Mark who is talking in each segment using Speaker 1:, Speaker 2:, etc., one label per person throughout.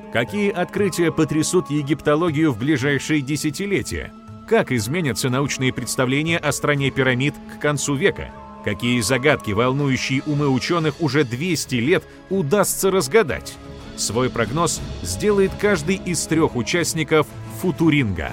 Speaker 1: Какие открытия потрясут египтологию в ближайшие десятилетия? Как изменятся научные представления о стране пирамид к концу века? Какие загадки, волнующие умы ученых уже 200 лет, удастся разгадать? Свой прогноз сделает каждый из 3 участников футуринга.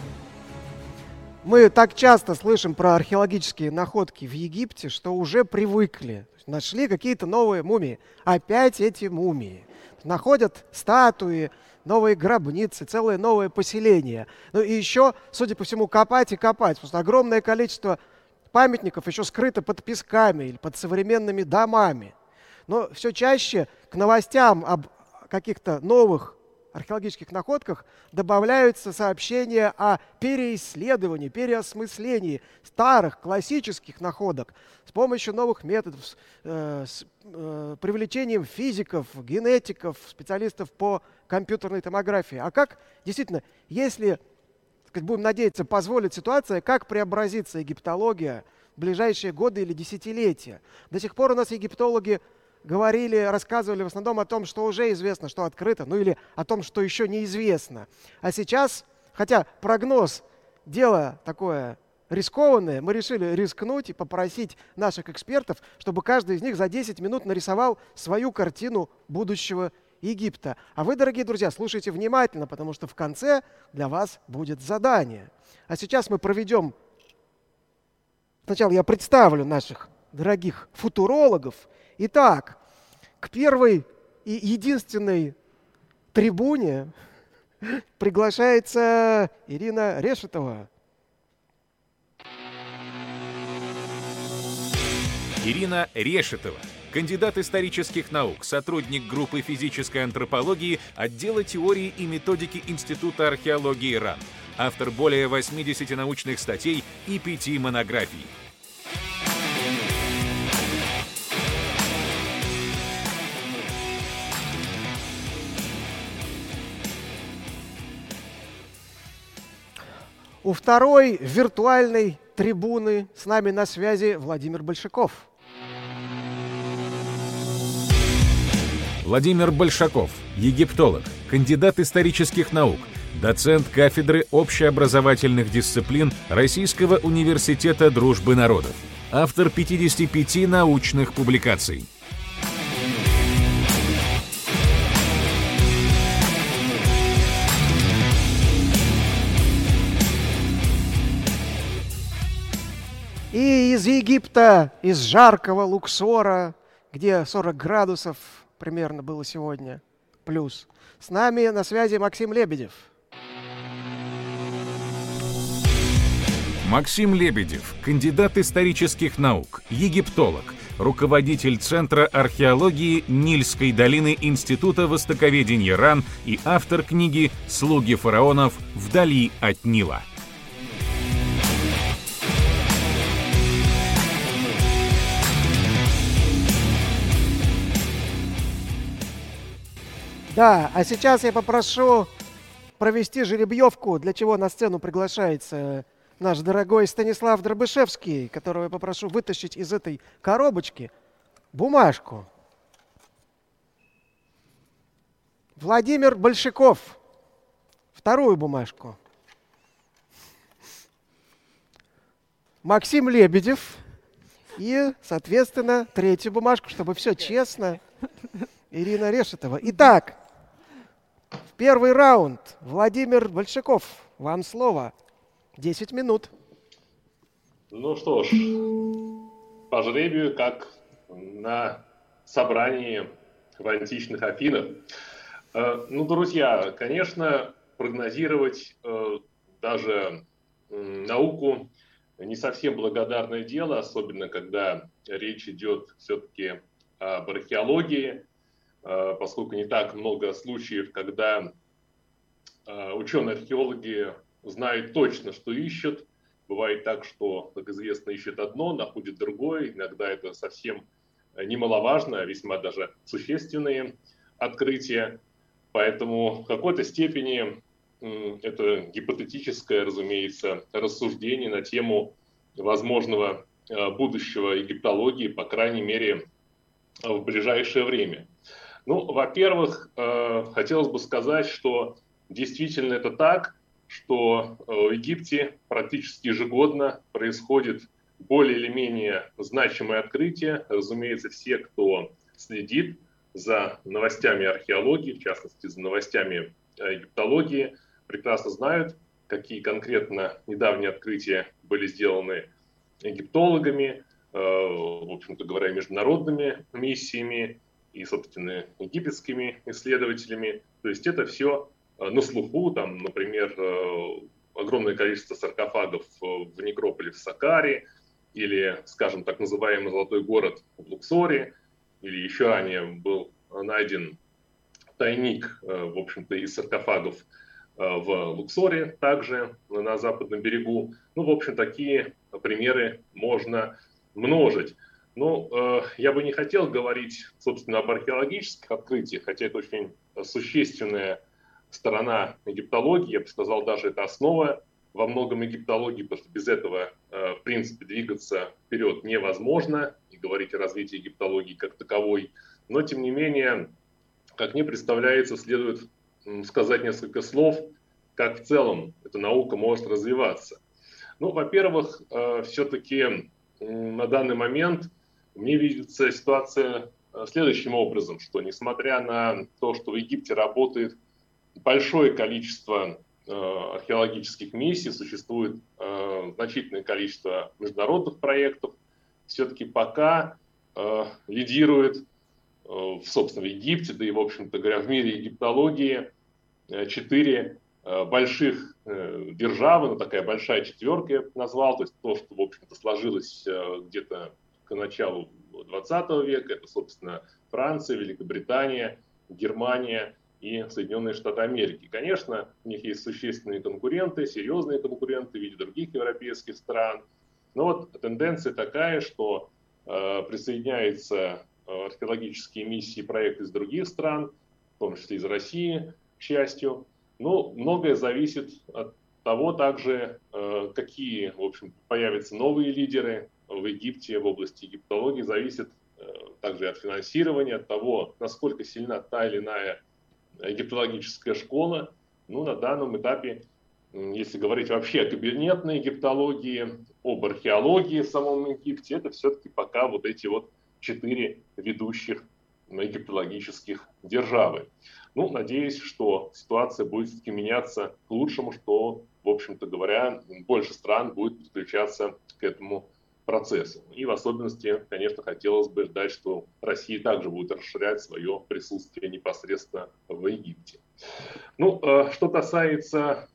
Speaker 2: Мы так часто слышим про археологические находки в Египте, что уже привыкли. Нашли какие-то новые мумии. Опять эти мумии. Находят статуи, новые гробницы, целое новое поселение. Ну и еще, судя по всему, копать и копать. Потому что огромное количество памятников еще скрыто под песками или под современными домами. Но все чаще к новостям об каких-то новых археологических находках добавляются сообщения о переисследовании, переосмыслении старых классических находок с помощью новых методов, с привлечением физиков, генетиков, специалистов по компьютерной томографии. А как, действительно, если, будем надеяться, позволит ситуация, как преобразится египтология в ближайшие годы или десятилетия? До сих пор у нас египтологи говорили, рассказывали в основном о том, что уже известно, что открыто, ну или о том, что еще неизвестно. А сейчас, хотя прогноз – дело такое рискованное, мы решили рискнуть и попросить наших экспертов, чтобы каждый из них за 10 минут нарисовал свою картину будущего Египта. А вы, дорогие друзья, слушайте внимательно, потому что в конце для вас будет задание. А сейчас мы проведем… Сначала я представлю наших дорогих футурологов. Итак, к первой и единственной трибуне приглашается Ирина Решетова.
Speaker 1: Ирина Решетова, кандидат исторических наук, сотрудник группы физической антропологии отдела теории и методики Института археологии РАН, автор более 80 научных статей и 5 монографий.
Speaker 2: У второй виртуальной трибуны с нами на связи Владимир Большаков.
Speaker 1: Владимир Большаков, египтолог, кандидат исторических наук, доцент кафедры общеобразовательных дисциплин Российского университета дружбы народов, автор 55 научных публикаций.
Speaker 2: И из Египта, из жаркого Луксора, где 40 градусов примерно было сегодня, плюс, с нами на связи Максим Лебедев.
Speaker 1: Максим Лебедев, кандидат исторических наук, египтолог, руководитель Центра археологии Нильской долины Института востоковедения РАН и автор книги «Слуги фараонов вдали от Нила».
Speaker 2: Да, а сейчас я попрошу провести жеребьевку, для чего на сцену приглашается наш дорогой Станислав Дробышевский, которого я попрошу вытащить из этой коробочки бумажку. Владимир Большаков, вторую бумажку. Максим Лебедев и, соответственно, третью бумажку, чтобы все честно. Ирина Решетова. Итак, первый раунд. Владимир Большаков, вам слово. 10 минут.
Speaker 3: Ну что ж, по жребию, как на собрании в античных Афинах. Ну, друзья, конечно, прогнозировать даже науку не совсем благодарное дело, особенно когда речь идет все-таки об археологии, поскольку не так много случаев, когда ученые-археологи знают точно, что ищут. Бывает так, что, как известно, ищут одно, находят другое. Иногда это совсем немаловажно, а весьма даже существенные открытия. Поэтому в какой-то степени это гипотетическое, разумеется, рассуждение на тему возможного будущего египтологии, по крайней мере, в ближайшее время. Ну, во-первых, хотелось бы сказать, что действительно это так, что в Египте практически ежегодно происходит более или менее значимое открытие. Разумеется, все, кто следит за новостями археологии, в частности, за новостями египтологии, прекрасно знают, какие конкретно недавние открытия были сделаны египтологами, в общем-то говоря, международными миссиями и, собственно, египетскими исследователями. То есть это все на слуху, там, например, огромное количество саркофагов в некрополе в Саккаре, или, скажем, так называемый Золотой город в Луксоре, или еще ранее был найден тайник, в общем-то, из саркофагов в Луксоре, также на западном берегу. Ну, в общем, такие примеры можно множить. Но я бы не хотел говорить, собственно, об археологических открытиях, хотя это очень существенная сторона египтологии, я бы сказал, даже это основа во многом египтологии, потому что без этого, в принципе, двигаться вперед невозможно и говорить о развитии египтологии как таковой. Но, тем не менее, как мне представляется, следует сказать несколько слов, как в целом эта наука может развиваться. Ну, во-первых, все-таки на данный момент мне видится ситуация следующим образом, что несмотря на то, что в Египте работает большое количество археологических миссий, существует значительное количество международных проектов, все-таки пока лидирует, собственно, в Египте, да и, в общем-то говоря, в мире египтологии 4 больших державы, ну такая большая четверка я бы назвал, то есть то, что, в общем-то, сложилось где-то к началу 20 века, это, собственно, Франция, Великобритания, Германия и Соединенные Штаты Америки. Конечно, у них есть существенные конкуренты, серьезные конкуренты в виде других европейских стран, но вот тенденция такая, что присоединяются археологические миссии и проекты из других стран, в том числе из России, к счастью. Но многое зависит от того также, какие, в общем, появятся новые лидеры в Египте, в области египтологии, зависит также от финансирования, от того, насколько сильна та или иная египтологическая школа. Ну, на данном этапе, если говорить вообще о кабинетной египтологии, об археологии в самом Египте, это все-таки пока вот эти вот 4 ведущих египтологических державы. Ну, надеюсь, что ситуация будет все-таки меняться к лучшему, что, в общем-то говоря, больше стран будет подключаться к этому процессу. И в особенности, конечно, хотелось бы ждать, что Россия также будет расширять свое присутствие непосредственно в Египте. Ну, что касается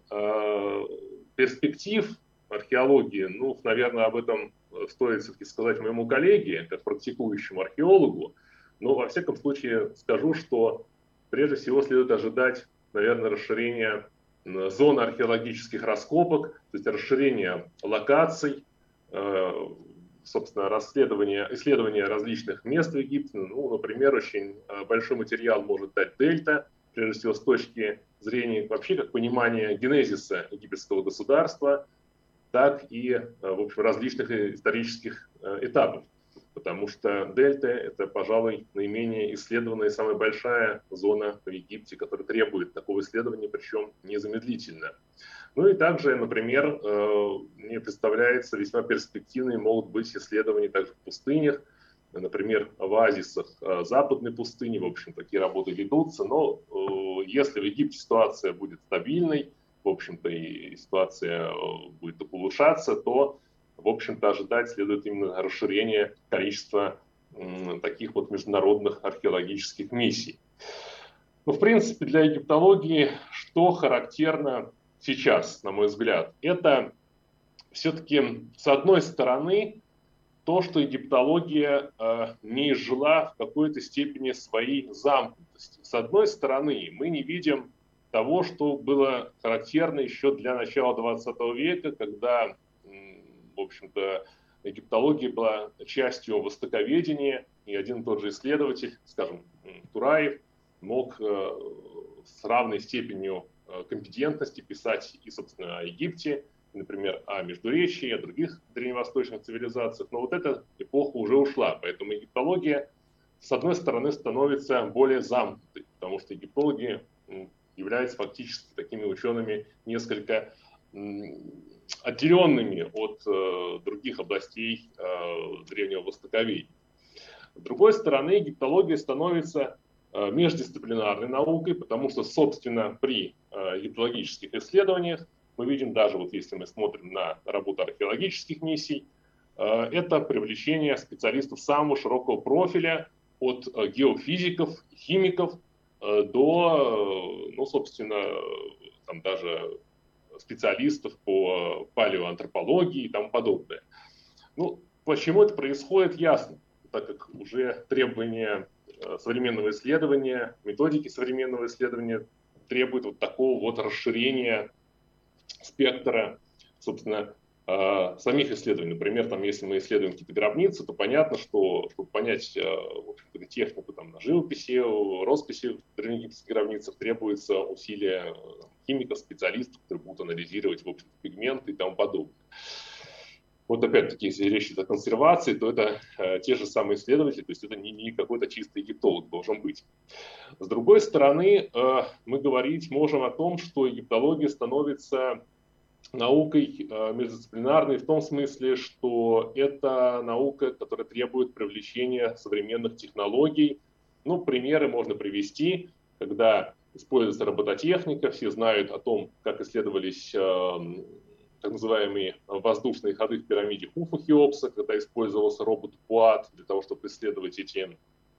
Speaker 3: перспектив археологии, ну, наверное, об этом стоит все-таки сказать моему коллеге, как практикующему археологу. Но, во всяком случае, скажу, что прежде всего следует ожидать, наверное, расширения зоны археологических раскопок, то есть расширения локаций, собственно, исследования различных мест в Египте. Ну, например, очень большой материал может дать Дельта, прежде всего с точки зрения вообще как понимания генезиса египетского государства, так и, в общем, различных исторических этапов. Потому что Дельта – это, пожалуй, наименее исследованная и самая большая зона в Египте, которая требует такого исследования, причем незамедлительно. Ну и также, например, мне представляется, весьма перспективными могут быть исследования также в пустынях, например, в оазисах западной пустыни, в общем, такие работы ведутся, но если в Египте ситуация будет стабильной, в общем-то, и ситуация будет улучшаться, то, в общем-то, ожидать следует именно расширения количества таких вот международных археологических миссий. Но, в принципе, для египтологии что характерно сейчас, на мой взгляд, это все-таки, с одной стороны, то, что египтология не изжила в какой-то степени своей замкнутости. С одной стороны, мы не видим того, что было характерно еще для начала 20 века, когда, в общем-то, египтология была частью востоковедения, и один и тот же исследователь, скажем, Тураев, мог с равной степенью компетентности писать и, собственно, о Египте, например, о Междуречии, о других древневосточных цивилизациях. Но вот эта эпоха уже ушла, поэтому египтология с одной стороны, становится более замкнутой, потому что египтологи являются фактически такими учеными несколько отделенными от других областей древнего востоковедения. С другой стороны, египтология становится междисциплинарной наукой, потому что, собственно, при египтологических исследованиях мы видим, даже вот если мы смотрим на работу археологических миссий, это привлечение специалистов самого широкого профиля, от геофизиков, химиков до, ну, собственно, там даже специалистов по палеоантропологии и тому подобное. Ну, почему это происходит, ясно, так как уже требования современного исследования, методики современного исследования требуют вот такого вот расширения спектра, собственно, самих исследований. Например, там, если мы исследуем какие-то гробницы, то понятно, что чтобы понять в общем-то, технику там, на живописи, росписи в древнеегипетских гробницах, требуется усилия химиков, специалистов, которые будут анализировать в общем, пигменты и тому подобное. Вот опять-таки, если речь идет о консервации, то это те же самые исследователи, то есть это не какой-то чистый египтолог должен быть. С другой стороны, мы говорить можем о том, что египтология становится наукой междисциплинарной в том смысле, что это наука, которая требует привлечения современных технологий. Ну, примеры можно привести, когда используется робототехника, все знают о том, как исследовались так называемые воздушные ходы в пирамиде Хуфу Хеопса, когда использовался робот Пуат для того, чтобы исследовать эти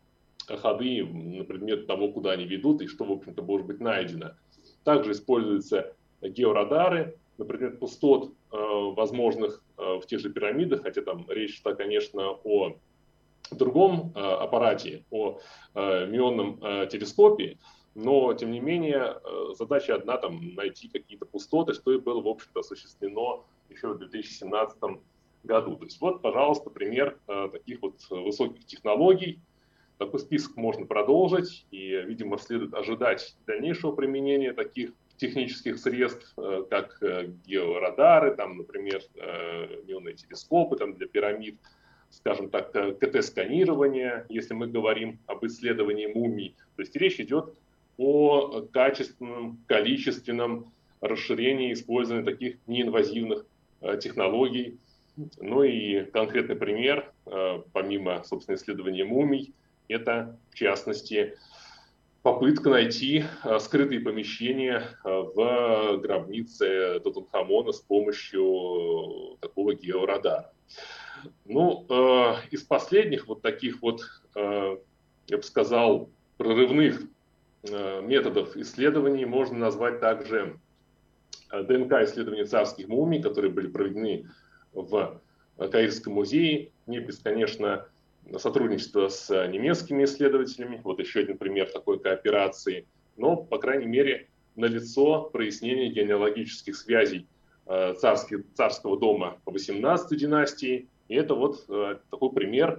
Speaker 3: ходы на предмет того, куда они ведут и что, в общем-то, может быть найдено. Также используются георадары на предмет пустот, возможных в тех же пирамидах, хотя там речь шла, конечно, о другом аппарате, о мионном телескопе, но, тем не менее, задача одна там найти какие-то пустоты, что и было, в общем-то, осуществлено еще в 2017 году. То есть вот, пожалуйста, пример таких вот высоких технологий. Такой список можно продолжить, и, видимо, следует ожидать дальнейшего применения таких технических средств, как георадары, там, например, мионные телескопы там, для пирамид, скажем так, КТ-сканирование, если мы говорим об исследовании мумий. То есть речь идет о качественном, количественном расширении использования таких неинвазивных технологий. Ну и конкретный пример, помимо, собственно, исследования мумий, это, в частности, попытка найти скрытые помещения в гробнице Тутанхамона с помощью такого георадара. Ну, из последних вот таких вот, я бы сказал, прорывных методов исследований можно назвать также ДНК-исследования царских мумий, которые были проведены в Каирском музее, не без, конечно, сотрудничество с немецкими исследователями. Вот еще один пример такой кооперации. Но, по крайней мере, налицо прояснение генеалогических связей царского дома по 18-й династии. И это вот такой пример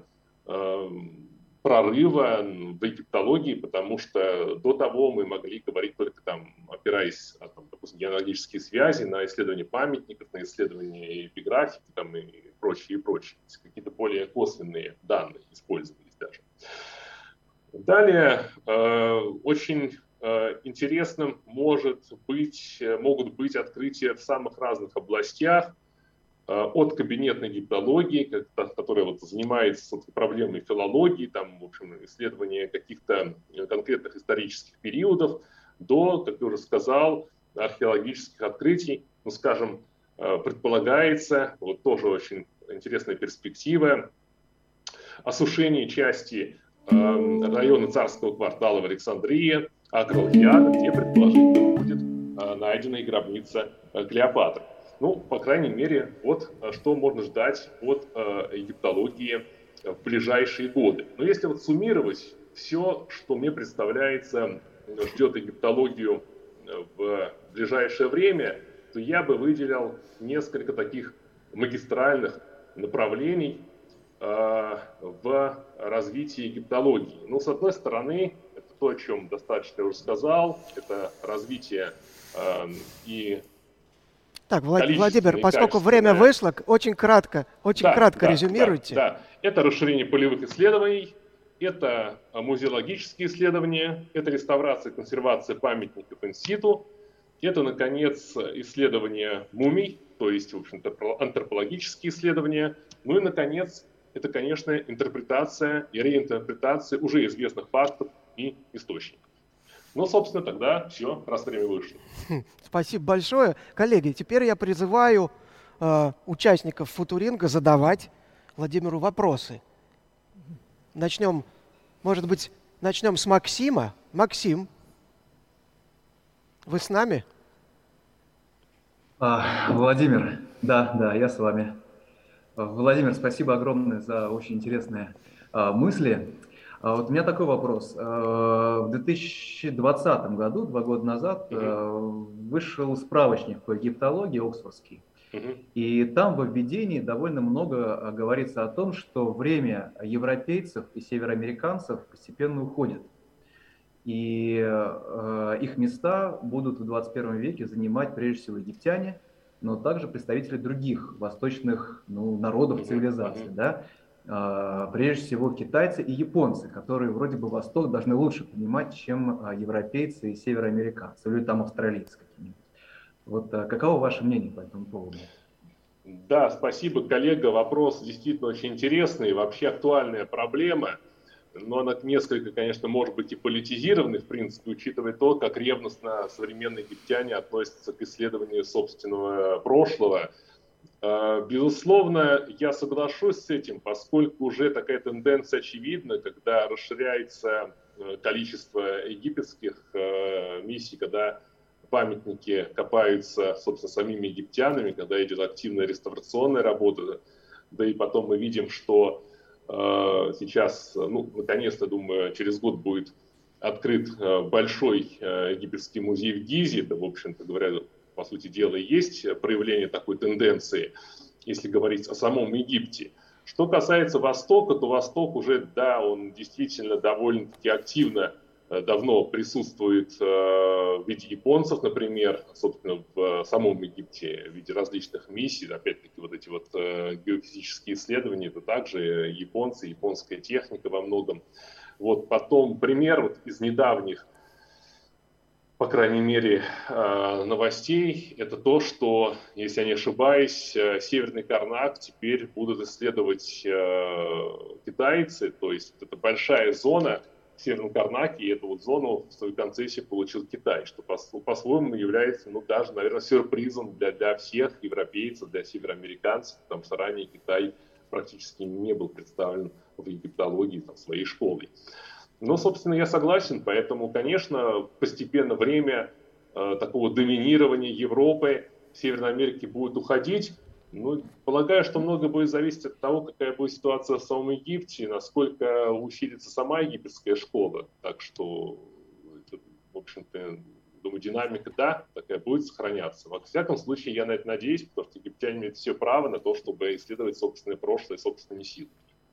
Speaker 3: прорыва в египтологии, потому что до того мы могли говорить только там, опираясь на, допустим, генеалогические связи, на исследования памятников, на исследования эпиграфики там, и прочее, и прочее. Какие-то более косвенные данные использовались даже. Далее, очень интересным могут быть открытия в самых разных областях, от кабинетной египтологии, которая вот занимается проблемой филологии, там, в общем, исследования каких-то конкретных исторических периодов, до, как я уже сказал, археологических открытий. Ну, скажем, предполагается, вот тоже очень интересная перспектива, осушение части района царского квартала в Александрии, Акрохиада, где, предположительно, будет найдена и гробница Клеопатры. Ну, по крайней мере, вот что можно ждать от египтологии в ближайшие годы. Но если вот суммировать все, что мне представляется, ждет египтологию в ближайшее время, то я бы выделил несколько таких магистральных направлений в развитии египтологии. Ну, с одной стороны, это то, о чем достаточно я уже сказал, это развитие и
Speaker 2: Так, Владимир, поскольку время вышло, очень кратко резюмируйте.
Speaker 3: Да. Это расширение полевых исследований, Это музеологические исследования, это реставрация и консервация памятников инситу, это, наконец, исследования мумий, то есть, в общем-то, антропологические исследования. Ну и, наконец, это, конечно, интерпретация и реинтерпретация уже известных фактов и источников. Ну, собственно, тогда все, раз время вышло.
Speaker 2: Спасибо большое. Коллеги, теперь я призываю участников футуринга задавать Владимиру вопросы. Может быть, начнем с Максима. Максим, вы с нами?
Speaker 4: Владимир, да, я с вами. Владимир, спасибо огромное за очень интересные мысли. Вот у меня такой вопрос. В 2020 году, 2 года назад, вышел справочник по египтологии оксфордский. И там в введении довольно много говорится о том, что время европейцев и североамериканцев постепенно уходит. И их места будут в 21 веке занимать прежде всего египтяне, но также представители других восточных народов, цивилизаций. Да? Прежде всего китайцы и японцы, которые вроде бы Восток должны лучше понимать, чем европейцы и североамериканцы, или там австралийцы какие-нибудь. Вот каково ваше мнение по этому поводу?
Speaker 3: Да, спасибо, коллега. Вопрос действительно очень интересный, вообще актуальная проблема, но она несколько, конечно, может быть и политизированной, в принципе, учитывая то, как ревностно современные египтяне относятся к исследованию собственного прошлого. Безусловно, я соглашусь с этим, поскольку уже такая тенденция очевидна, когда расширяется количество египетских миссий, когда памятники копаются, собственно, самими египтянами, когда идет активная реставрационная работа. Да и потом мы видим, что сейчас, наконец-то, думаю, через год будет открыт большой египетский музей в Гизе. Это, в общем-то говоря, по сути дела, и есть проявление такой тенденции, если говорить о самом Египте. Что касается Востока, то Восток уже, да, он действительно довольно-таки активно давно присутствует в виде японцев, например, собственно, в самом Египте, в виде различных миссий. Опять-таки, вот эти вот геофизические исследования, это также японцы, японская техника во многом. Вот потом пример вот из недавних, по крайней мере, новостей, это то, что, если я не ошибаюсь, Северный Карнак теперь будут исследовать китайцы, то есть это большая зона в Северном Карнаке, и эту вот зону в свою концессию получил Китай, что по-своему является, даже, наверное, сюрпризом для всех европейцев, для североамериканцев, потому что ранее Китай практически не был представлен в египтологии своей школой. Но, собственно, я согласен, поэтому, конечно, постепенно время такого доминирования Европы в Северной Америке будет уходить. Полагаю, что многое будет зависеть от того, какая будет ситуация в самом Египте, насколько усилится сама египетская школа. Так что, в общем-то, думаю, динамика, да, такая будет сохраняться. Во всяком случае, я на это надеюсь, потому что египтяне имеют все право на то, чтобы исследовать собственное прошлое и собственные силы.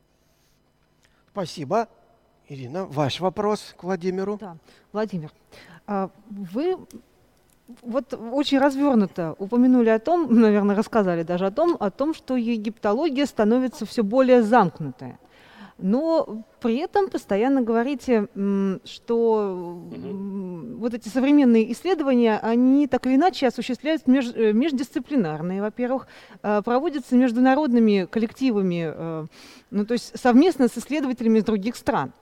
Speaker 2: Спасибо. Ирина, ваш вопрос к Владимиру.
Speaker 5: Да, Владимир, вы вот очень развернуто упомянули о том, наверное, рассказали даже о том, что египтология становится все более замкнутой. Но при этом постоянно говорите, что вот эти современные исследования, они так или иначе осуществляются междисциплинарные, во-первых, проводятся международными коллективами, то есть совместно с исследователями из других стран.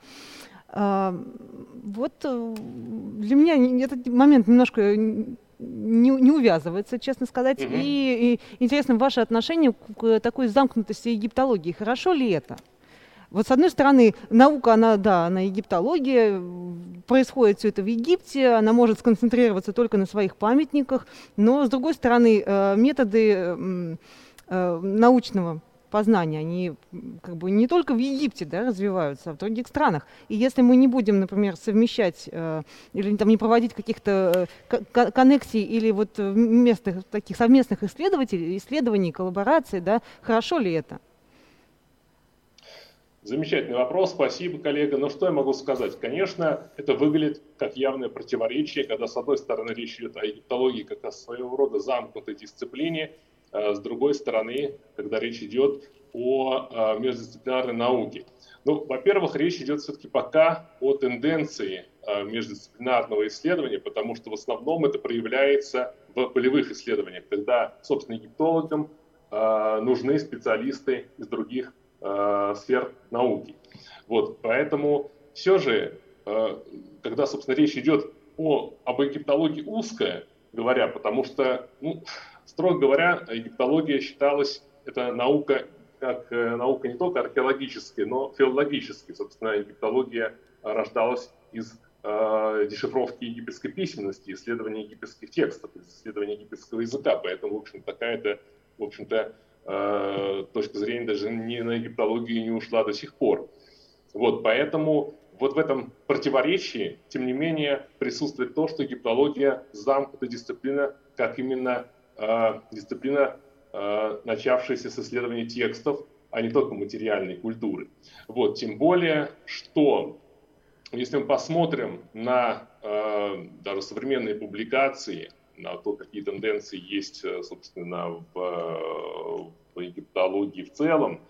Speaker 5: Вот для меня этот момент немножко не увязывается, честно сказать. И интересно ваше отношение к такой замкнутости египтологии. Хорошо ли это? Вот с одной стороны, наука, она египтология, происходит все это в Египте, она может сконцентрироваться только на своих памятниках, но с другой стороны, методы научного познания, они не только в Египте развиваются, а в других странах. И если мы не будем, например, совмещать или не проводить каких-то коннексий или местных таких совместных исследований, коллабораций, хорошо ли это?
Speaker 3: Замечательный вопрос, спасибо, коллега. Но что я могу сказать? Конечно, это выглядит как явное противоречие, когда, с одной стороны, речь идет о египтологии как о своего рода замкнутой дисциплине, с другой стороны, когда речь идет о междисциплинарной науке. Ну, во-первых, речь идет все-таки пока о тенденции междисциплинарного исследования, потому что в основном это проявляется в полевых исследованиях, когда, собственно, египтологам нужны специалисты из других сфер науки. Вот, поэтому все же, когда, собственно, речь идет об египтологии узкая, говоря, потому что, ну, строго говоря, египтология считалась, это наука, как наука не только археологическая, но филологическая. Собственно, египтология рождалась из дешифровки египетской письменности, исследования египетских текстов, исследования египетского языка. Поэтому, в общем, такая-то, в общем-то, точка зрения даже не на египтологию не ушла до сих пор. Вот, поэтому вот в этом противоречии, тем не менее, присутствует то, что египтология замкнутая дисциплина, как именно дисциплина, начавшаяся с исследования текстов, а не только материальной культуры. Вот, тем более, что если мы посмотрим на даже современные публикации, на то, какие тенденции есть, собственно, в египтологии в целом,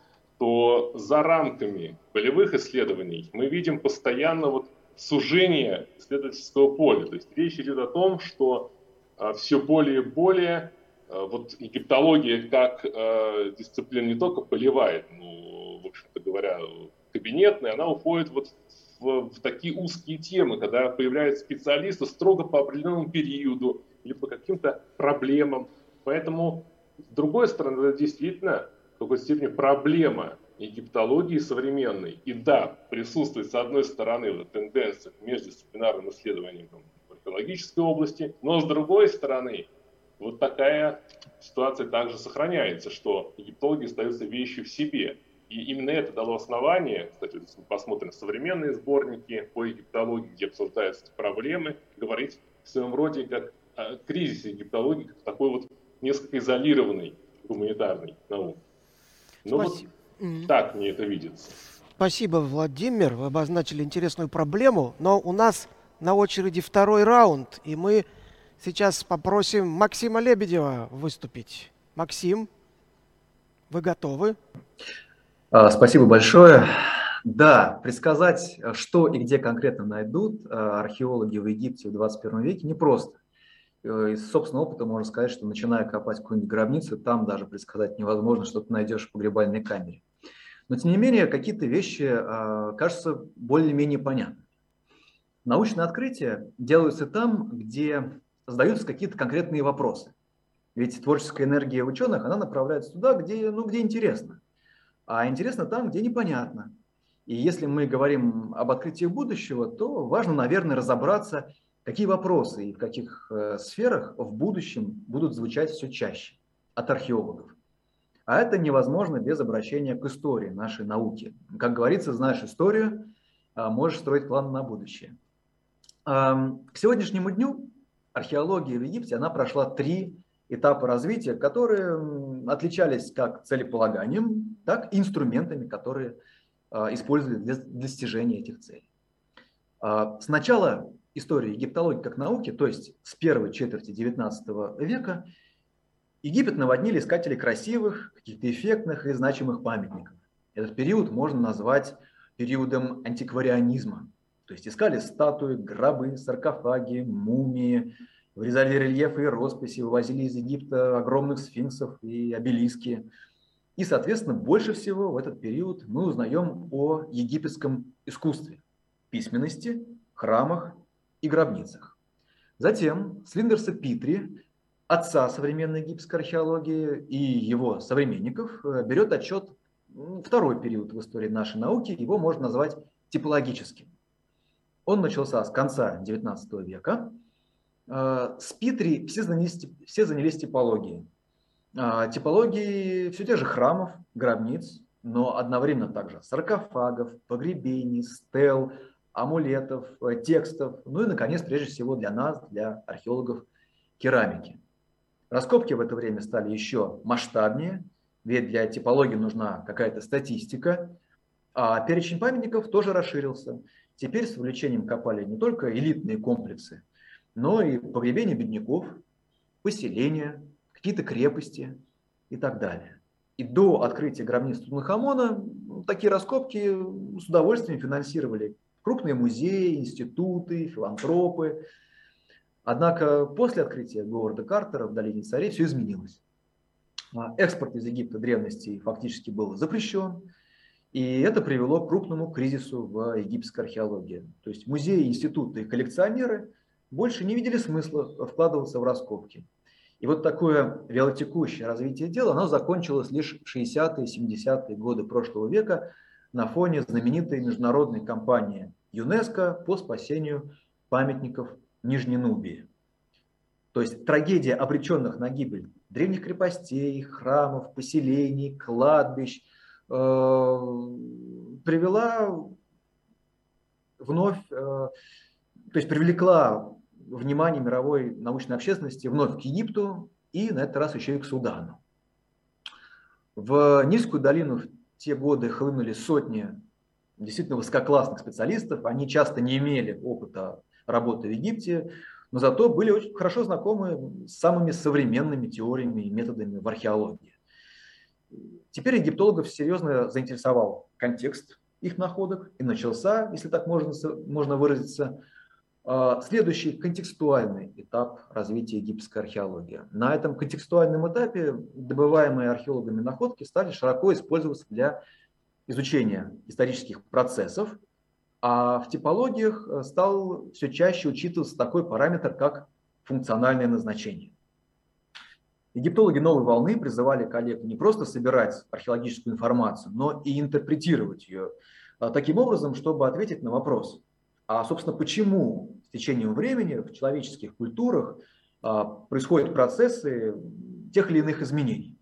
Speaker 3: то за рамками полевых исследований мы видим постоянно вот сужение исследовательского поля. То есть речь идет о том, что все более и более вот египтология как дисциплина не только полевая, ну, в общем-то говоря, кабинетная, она уходит вот в такие узкие темы, когда появляются специалисты строго по определенному периоду или по каким-то проблемам. Поэтому, с другой стороны, это действительно в какой-то степени проблема египтологии современной. И да, присутствует с одной стороны вот тенденция к междисциплинарным исследованиям в археологической области, но с другой стороны вот такая ситуация также сохраняется, что египтологи остаются вещью в себе. И именно это дало основание, кстати, если мы посмотрим современные сборники по египтологии, где обсуждаются эти проблемы, говорить в своем роде как о кризисе египтологии, как такой вот несколько изолированной гуманитарной науки. Ну вот так мне это видится.
Speaker 2: Спасибо, Владимир. Вы обозначили интересную проблему, но у нас на очереди второй раунд, и мы сейчас попросим Максима Лебедева выступить. Максим, вы готовы?
Speaker 4: Спасибо большое. Да, предсказать, что и где конкретно найдут археологи в Египте в 21 веке, непросто. Из собственного опыта можно сказать, что начиная копать какую-нибудь гробницу, там даже предсказать невозможно, что ты найдешь в погребальной камере. Но, тем не менее, какие-то вещи кажутся более-менее понятными. Научные открытия делаются там, где задаются какие-то конкретные вопросы. Ведь творческая энергия ученых, она направляется туда, где интересно. А интересно там, где непонятно. И если мы говорим об открытии будущего, то важно, наверное, разобраться, какие вопросы и в каких сферах в будущем будут звучать все чаще от археологов. А это невозможно без обращения к истории нашей науки. Как говорится, знаешь историю, можешь строить планы на будущее. К сегодняшнему дню археология в Египте, она прошла 3 этапа развития, которые отличались как целеполаганием, так и инструментами, которые использовали для достижения этих целей. Сначала история египтологии как науки, то есть с первой четверти XIX века, Египет наводнили искатели красивых, каких-то эффектных и значимых памятников. Этот период можно назвать периодом антикварианизма. То есть искали статуи, гробы, саркофаги, мумии, вырезали рельефы и росписи, вывозили из Египта огромных сфинксов и обелиски. И, соответственно, больше всего в этот период мы узнаем о египетском искусстве, письменности, храмах и гробницах. Затем Слиндерса Питри, отца современной египетской археологии, и его современников берет отчет второй период в истории нашей науки, его можно назвать типологическим. Он начался с конца XIX века. С Питри все занялись типологией. Типологией все тех же храмов, гробниц, но одновременно также саркофагов, погребений, стел, амулетов, текстов, ну и, наконец, прежде всего для нас, для археологов, керамики. Раскопки в это время стали еще масштабнее, ведь для типологии нужна какая-то статистика, а перечень памятников тоже расширился. Теперь с увлечением копали не только элитные комплексы, но и погребения бедняков, поселения, какие-то крепости и так далее. И до открытия гробницы Тутанхамона такие раскопки с удовольствием финансировали крупные музеи, институты, филантропы. Однако после открытия Говарда Картера в долине царей все изменилось. Экспорт из Египта древности фактически был запрещен, и это привело к крупному кризису в египетской археологии. То есть музеи, институты и коллекционеры больше не видели смысла вкладываться в раскопки. И вот такое вялотекущее развитие дела, оно закончилось лишь в 60-е, 70-е годы прошлого века на фоне знаменитой международной кампании ЮНЕСКО по спасению памятников Нижней Нубии. То есть трагедия обреченных на гибель древних крепостей, храмов, поселений, кладбищ привела вновь, то есть привлекла внимание мировой научной общественности вновь к Египту и на этот раз еще и к Судану. В Нильскую долину в те годы хлынули сотни действительно высококлассных специалистов. Они часто не имели опыта работы в Египте, но зато были очень хорошо знакомы с самыми современными теориями и методами в археологии. Теперь египтологов серьезно заинтересовал контекст их находок, и начался, если так можно выразиться, следующий контекстуальный этап развития египетской археологии. На этом контекстуальном этапе добываемые археологами находки стали широко использоваться для изучения исторических процессов, а в типологиях стал все чаще учитываться такой параметр, как функциональное назначение. Египтологи новой волны призывали коллег не просто собирать археологическую информацию, но и интерпретировать ее таким образом, чтобы ответить на вопрос, а, собственно, почему с течением времени в человеческих культурах происходят процессы тех или иных изменений.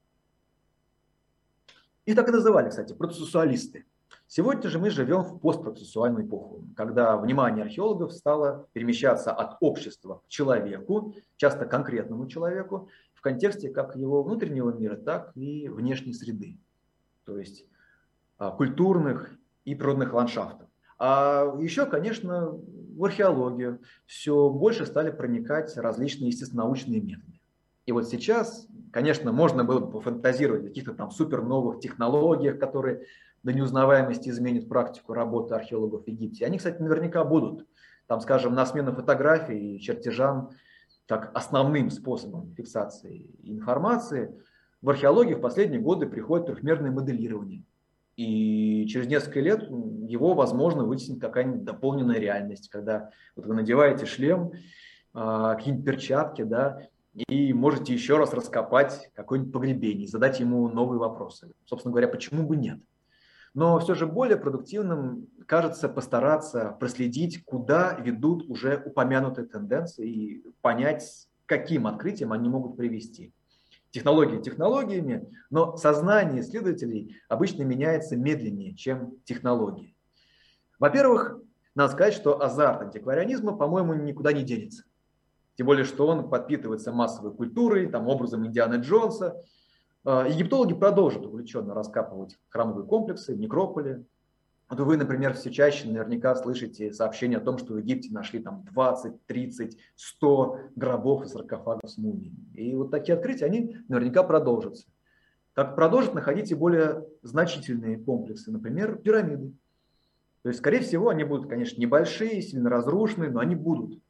Speaker 4: Их так и называли, кстати, процессуалисты. Сегодня же мы живем в постпроцессуальную эпоху, когда внимание археологов стало перемещаться от общества к человеку, часто конкретному человеку, в контексте как его внутреннего мира, так и внешней среды, то есть культурных и природных ландшафтов. А еще, конечно, в археологию все больше стали проникать различные естественно-научные методы. И вот сейчас, конечно, можно было бы пофантазировать о каких-то там суперновых технологиях, которые до неузнаваемости изменят практику работы археологов в Египте. Они, кстати, наверняка будут. Там, скажем, на смену фотографий и чертежам как основным способом фиксации информации в археологии в последние годы приходит трехмерное моделирование. И через несколько лет его, возможно, вытеснит какая-нибудь дополненная реальность, когда вот вы надеваете шлем, какие-нибудь перчатки, да, и можете еще раз раскопать какое-нибудь погребение, задать ему новые вопросы. Собственно говоря, почему бы нет? Но все же более продуктивным кажется постараться проследить, куда ведут уже упомянутые тенденции и понять, к каким открытиям они могут привести. Технологии технологиями, но сознание исследователей обычно меняется медленнее, чем технологии. Во-первых, надо сказать, что азарт антикварианизма, по-моему, никуда не денется. Тем более, что он подпитывается массовой культурой, там, образом Индианы Джонса. Египтологи продолжат увлеченно раскапывать храмовые комплексы, некрополи. Вот вы, например, все чаще наверняка слышите сообщения о том, что в Египте нашли там 20, 30, 100 гробов и саркофагов с мумиями. И вот такие открытия, они наверняка продолжатся. Как продолжат находить и более значительные комплексы, например, пирамиды. То есть, скорее всего, они будут, конечно, небольшие, сильно разрушенные, но они будут.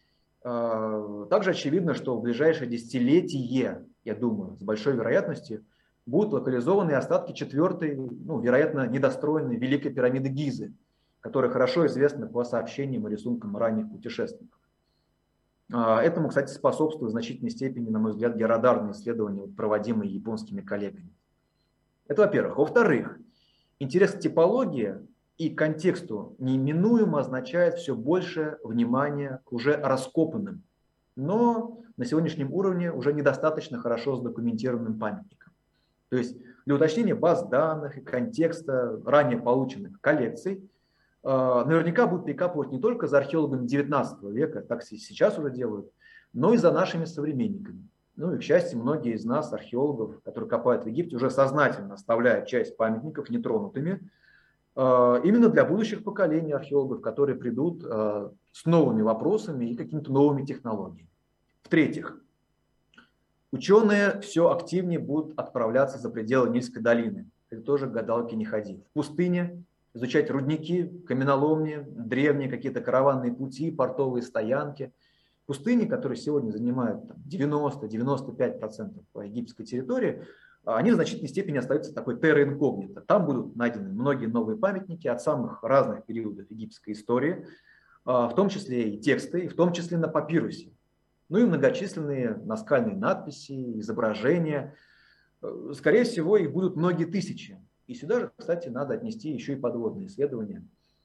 Speaker 4: Также очевидно, что в ближайшее десятилетие, я думаю, с большой вероятностью, будут локализованы остатки четвертой, вероятно, недостроенной Великой пирамиды Гизы, которая хорошо известна по сообщениям и рисункам ранних путешественников. Этому, кстати, способствует в значительной степени, на мой взгляд, георадарные исследования, проводимые японскими коллегами. Это во-первых. Во-вторых, интерес к типологии и контексту неименуемо означает все больше внимания к уже раскопанным, но на сегодняшнем уровне уже недостаточно хорошо задокументированным памятникам. То есть для уточнения баз данных и контекста ранее полученных коллекций наверняка будут прикапывать не только за археологами XIX века, так сейчас уже делают, но и за нашими современниками. И, к счастью, многие из нас, археологов, которые копают в Египте, уже сознательно оставляют часть памятников нетронутыми, именно для будущих поколений археологов, которые придут с новыми вопросами и какими-то новыми технологиями. В-третьих, Ученые все активнее будут отправляться за пределы Нильской долины. Это тоже гадалки не ходи. В пустыне изучать рудники, каменоломни, древние какие-то караванные пути, портовые стоянки. Пустыни, которые сегодня занимают 90-95% египетской территории, они в значительной степени остаются такой терра инкогнито. Там будут найдены многие новые памятники от самых разных периодов египетской истории, в том числе и тексты, и в том числе на папирусе. Ну и многочисленные наскальные надписи, изображения. Скорее всего, их будут многие тысячи. И сюда же, кстати, надо отнести еще и подводные исследования.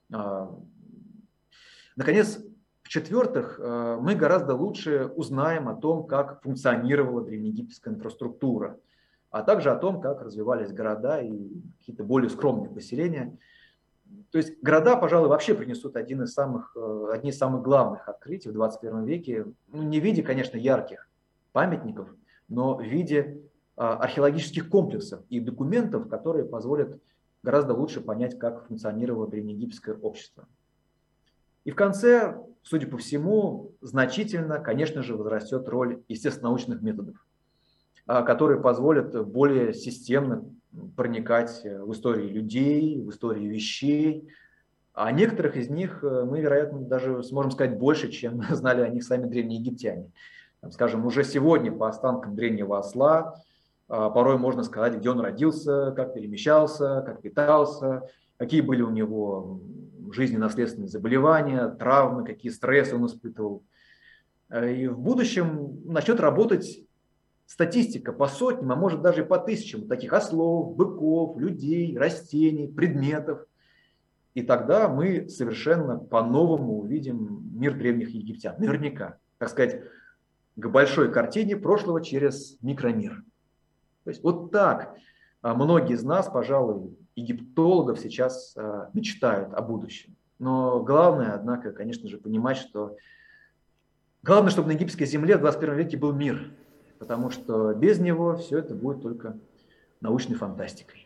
Speaker 4: Наконец, в-четвертых, мы гораздо лучше узнаем о том, как функционировала древнеегипетская инфраструктура, а также о том, как развивались города и какие-то более скромные поселения. То есть города, пожалуй, вообще принесут одни из самых главных открытий в 21 веке, ну, не в виде, конечно, ярких памятников, но в виде археологических комплексов и документов, которые позволят гораздо лучше понять, как функционировало древнеегипетское общество. И в конце, судя по всему, значительно, конечно же, возрастет роль естественно-научных методов, которые позволят более системно проникать в историю людей, в историю вещей. А некоторых из них мы, вероятно, даже сможем сказать больше, чем знали о них сами древние египтяне. Скажем, уже сегодня по останкам древнего осла порой можно сказать, где он родился, как перемещался, как питался, какие были у него жизненно-наследственные заболевания, травмы, какие стрессы он испытывал. И в будущем начнет работать статистика по сотням, а может даже по тысячам таких ослов, быков, людей, растений, предметов. И тогда мы совершенно по-новому увидим мир древних египтян. Наверняка, так сказать, к большой картине прошлого через микромир. То есть вот так многие из нас, пожалуй, египтологов сейчас мечтают о будущем. Но главное, однако, конечно же, понимать, что главное, чтобы на египетской земле в 21 веке был мир. Потому что без него все это будет только научной фантастикой.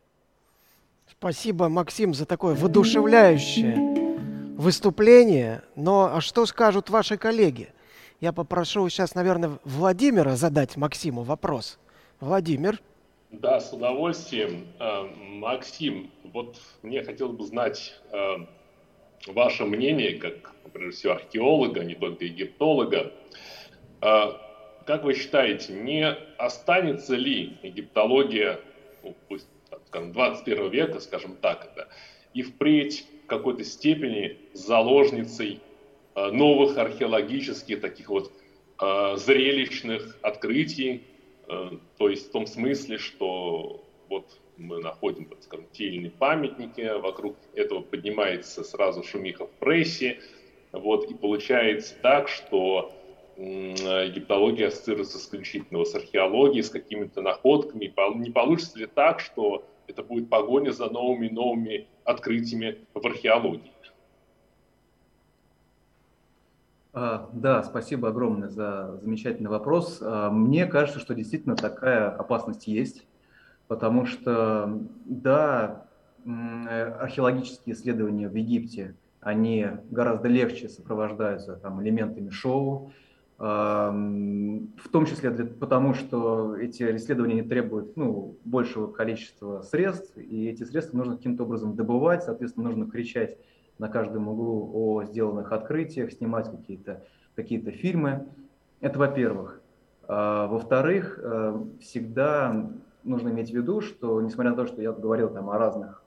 Speaker 2: Спасибо, Максим, за такое воодушевляющее выступление. Но а что скажут ваши коллеги? Я попрошу сейчас, наверное, Владимира задать Максиму вопрос. Владимир.
Speaker 3: Да, с удовольствием. Максим, вот мне хотелось бы знать ваше мнение, как, прежде всего, археолога, не только египтолога. Как вы считаете, не останется ли египтология, ну, пусть, скажем, 21 века, скажем так, да, и впредь в какой-то степени заложницей новых археологических таких вот зрелищных открытий, то есть в том смысле, что вот мы находим, так скажем, те или иные памятники, вокруг этого поднимается сразу шумиха в прессе, вот, и получается так, что египтология ассоциируется исключительно с археологией, с какими-то находками. Не получится ли так, что это будет погоня за новыми и новыми открытиями в археологии?
Speaker 4: Да, спасибо огромное за замечательный вопрос. Мне кажется, что действительно такая опасность есть, потому что, да, археологические исследования в Египте, они гораздо легче сопровождаются там элементами шоу, в том числе потому, что эти исследования не требуют большего количества средств, и эти средства нужно каким-то образом добывать, соответственно, нужно кричать на каждом углу о сделанных открытиях, снимать какие-то фильмы. Это во-первых. Во-вторых, всегда нужно иметь в виду, что, несмотря на то, что я говорил там о разных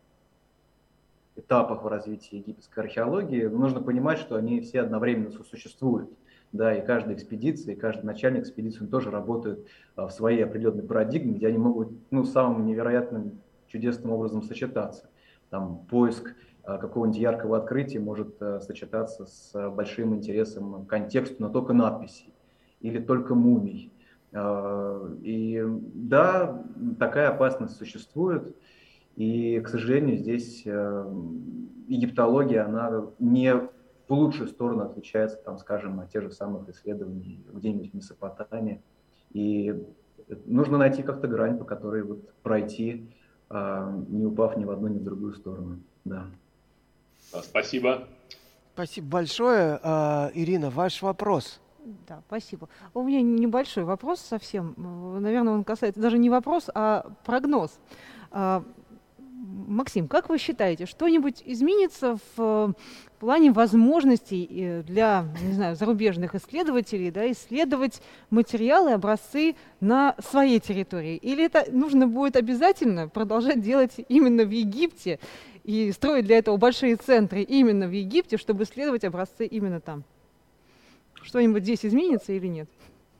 Speaker 4: этапах в развитии египетской археологии, нужно понимать, что они все одновременно сосуществуют. Да, и каждая экспедиция, и каждый начальник экспедиции тоже работают в своей определенной парадигме, где они могут самым невероятным, чудесным образом сочетаться. Там поиск какого-нибудь яркого открытия может сочетаться с большим интересом к контексту, но только надписей или только мумий. И да, такая опасность существует, и, к сожалению, здесь египтология, она не в лучшую сторону отличается, там, скажем, от тех же самых исследований где-нибудь в Месопотамии. И нужно найти как-то грань, по которой вот пройти, не упав ни в одну, ни в другую сторону. Да.
Speaker 3: Спасибо.
Speaker 2: Спасибо большое. Ирина, ваш вопрос.
Speaker 5: Да, спасибо. У меня небольшой вопрос совсем. Наверное, он касается даже не вопрос, а прогноз. Максим, как вы считаете, что-нибудь изменится в плане возможностей для, не знаю, зарубежных исследователей, да, исследовать материалы, образцы на своей территории? Или это нужно будет обязательно продолжать делать именно в Египте и строить для этого большие центры именно в Египте, чтобы исследовать образцы именно там? Что-нибудь здесь изменится или нет?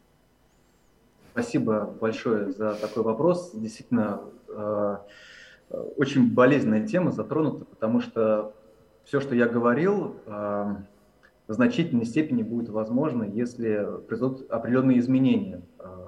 Speaker 4: Спасибо большое за такой вопрос. Действительно, очень болезненная тема затронута, потому что все, что я говорил, в значительной степени будет возможно, если произойдут определенные изменения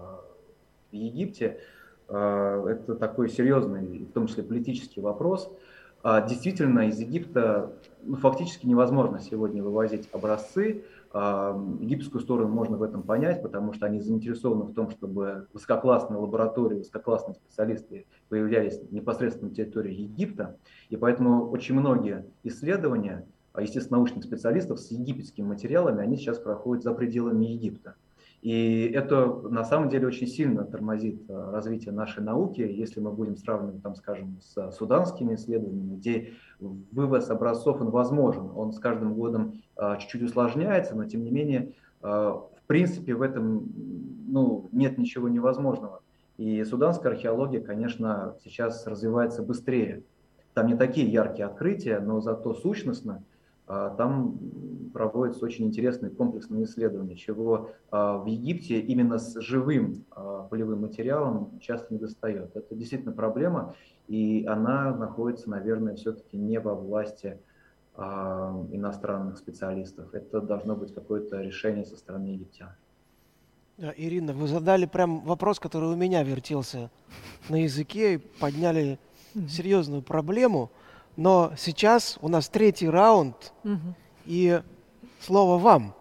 Speaker 4: в Египте. Это такой серьезный, в том числе политический вопрос. Действительно, из Египта фактически невозможно сегодня вывозить образцы. Египетскую сторону можно в этом понять, потому что они заинтересованы в том, чтобы высококлассные лаборатории, высококлассные специалисты появлялись непосредственно на территории Египта. И поэтому очень многие исследования, естественно, научных специалистов с египетскими материалами, они сейчас проходят за пределами Египта. И это на самом деле очень сильно тормозит развитие нашей науки, если мы будем сравнивать, там, скажем, с суданскими исследованиями, где вывоз образцов он возможен, он с каждым годом чуть-чуть усложняется, но тем не менее, в принципе, в этом нет ничего невозможного. И суданская археология, конечно, сейчас развивается быстрее. Там не такие яркие открытия, но зато сущностно там проводятся очень интересные комплексные исследования, чего в Египте именно с живым полевым материалом часто недостает. Это действительно проблема, и она находится, наверное, все-таки не во власти иностранных специалистов. Это должно быть какое-то решение со стороны египтян.
Speaker 2: Да, Ирина, вы задали прям вопрос, который у меня вертелся на языке, и подняли серьезную проблему. Но сейчас у нас 3-й раунд, и слово вам.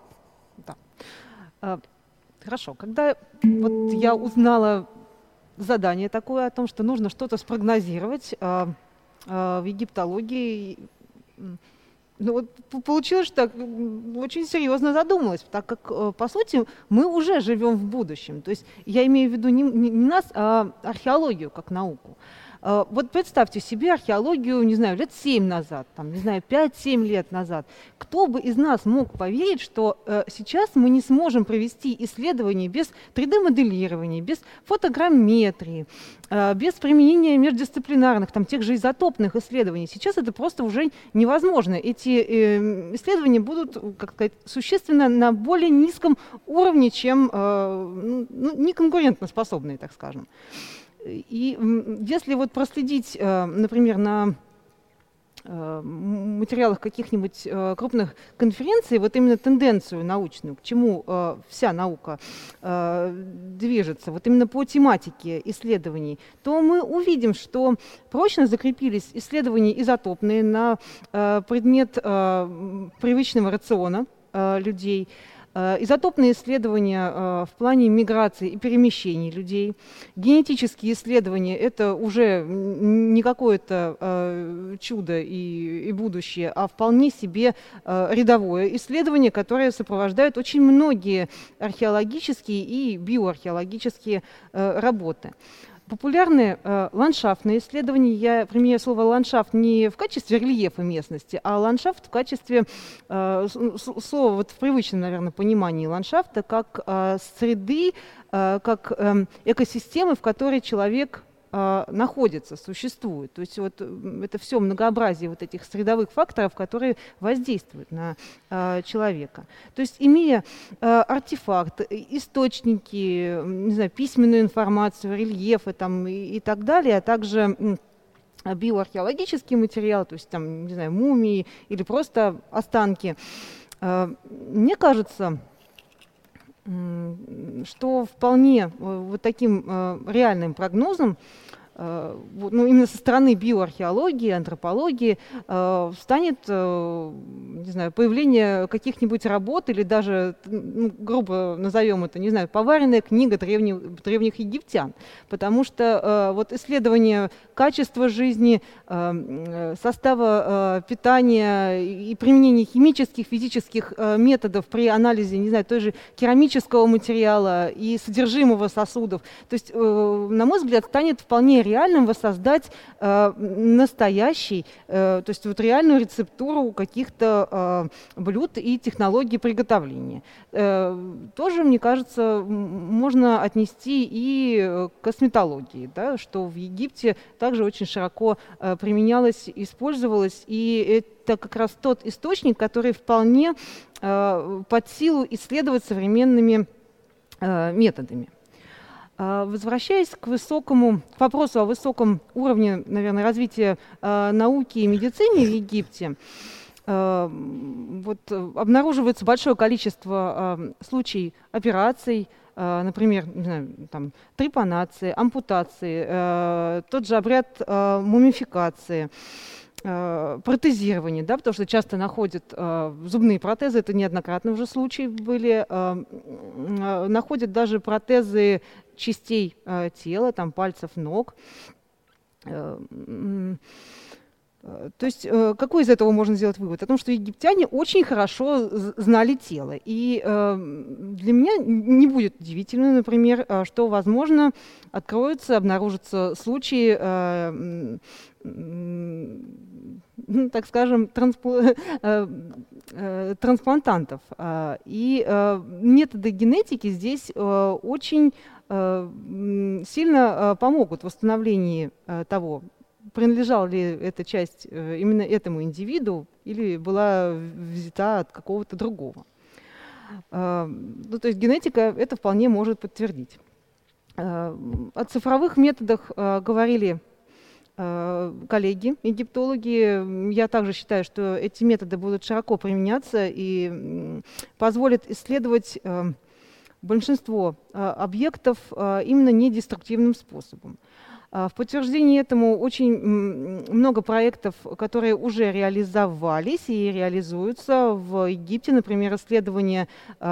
Speaker 5: Да. Хорошо. Когда вот я узнала задание такое о том, что нужно что-то спрогнозировать в египтологии, получилось, что так очень серьезно задумалась, так как, по сути, мы уже живем в будущем. То есть я имею в виду не нас, а археологию как науку. Вот представьте себе археологию, не знаю, лет 7 назад, там, не знаю, 5-7 лет назад. Кто бы из нас мог поверить, что сейчас мы не сможем провести исследование без 3D-моделирования, без фотограмметрии, без применения междисциплинарных, там, тех же изотопных исследований. Сейчас это просто уже невозможно. Эти исследования будут, как сказать, существенно на более низком уровне, чем неконкурентоспособные, так скажем. И если вот проследить, например, на материалах каких-нибудь крупных конференций, вот именно тенденцию научную, к чему вся наука движется, вот именно по тематике исследований, то мы увидим, что прочно закрепились исследования изотопные на предмет привычного рациона людей, изотопные исследования в плане миграции и перемещений людей, генетические исследования — это уже не какое-то чудо и будущее, а вполне себе рядовое исследование, которое сопровождает очень многие археологические и биоархеологические работы. Популярны ландшафтные исследования. Я применяю слово «ландшафт» не в качестве рельефа местности, а ландшафт в качестве слова вот в привычном, наверное, понимании ландшафта как среды, как экосистемы, в которой человек находится, существует. То есть вот это все многообразие вот этих средовых факторов, которые воздействуют на человека. То есть имея артефакт, источники, не знаю, письменную информацию, рельефы там, и так далее, а также биоархеологический материал, то есть там, не знаю, мумии или просто останки, мне кажется, что вполне вот таким реальным прогнозом именно со стороны биоархеологии, антропологии, станет, не знаю, появление каких-нибудь работ или даже, грубо назовем это, не знаю, поваренная книга древних египтян. Потому что вот исследование качества жизни, состава питания и применение химических, физических методов при анализе, не знаю, той же керамического материала и содержимого сосудов. То есть, на мой взгляд, станет вполне реальным воссоздать настоящий, то есть вот реальную рецептуру каких-то блюд и технологий приготовления. Тоже, мне кажется, можно отнести и к косметологии, да, что в Египте также очень широко применялось, использовалось, и это как раз тот источник, который вполне под силу исследовать современными методами. Возвращаясь к вопросу о высоком уровне, наверное, развития науки и медицины в Египте, вот обнаруживается большое количество случаев операций, например, не знаю, там, трепанации, ампутации, тот же обряд мумификации, протезирование, да, потому что часто находят зубные протезы, это неоднократно уже случаи были, находят даже протезы частей тела, там, пальцев, ног. То есть какой из этого можно сделать вывод? О том, что египтяне очень хорошо знали тело. И для меня не будет удивительно, например, что, возможно, обнаружатся случаи, так скажем, трансплантантов. И методы генетики здесь очень сильно помогут в восстановлении того, принадлежала ли эта часть именно этому индивиду или была взята от какого-то другого. То есть генетика это вполне может подтвердить. О цифровых методах говорили коллеги, египтологи. Я также считаю, что эти методы будут широко применяться и позволят исследовать большинство объектов именно недеструктивным способом. В подтверждение этому очень много проектов, которые уже реализовались и реализуются в Египте. Например, исследование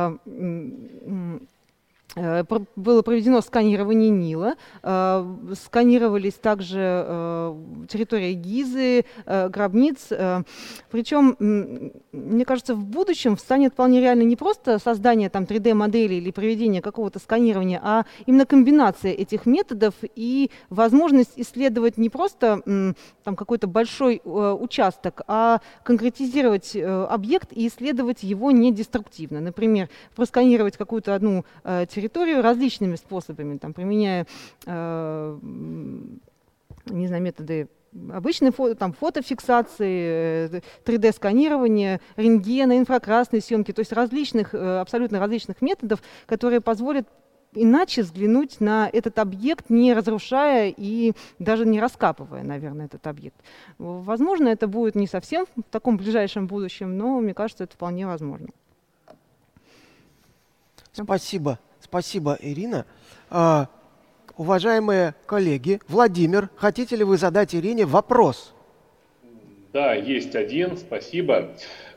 Speaker 5: было проведено сканирование Нила, сканировались также территория Гизы, гробниц. Причем, мне кажется, в будущем станет вполне реально не просто создание там 3D-модели или проведение какого-то сканирования, а именно комбинация этих методов и возможность исследовать не просто там какой-то большой участок, а конкретизировать объект и исследовать его недеструктивно. Например, просканировать какую-то одну территорию различными способами, там, применяя не знаю, методы обычной фотофиксации, 3D-сканирования, рентгена, инфракрасной съемки, то есть абсолютно различных методов, которые позволят иначе взглянуть на этот объект, не разрушая и даже не раскапывая, наверное, этот объект. Возможно, это будет не совсем в таком ближайшем будущем, но мне кажется, это вполне возможно.
Speaker 2: Спасибо. Спасибо, Ирина. Уважаемые коллеги, Владимир, хотите ли вы задать Ирине вопрос?
Speaker 3: Да, есть один, спасибо.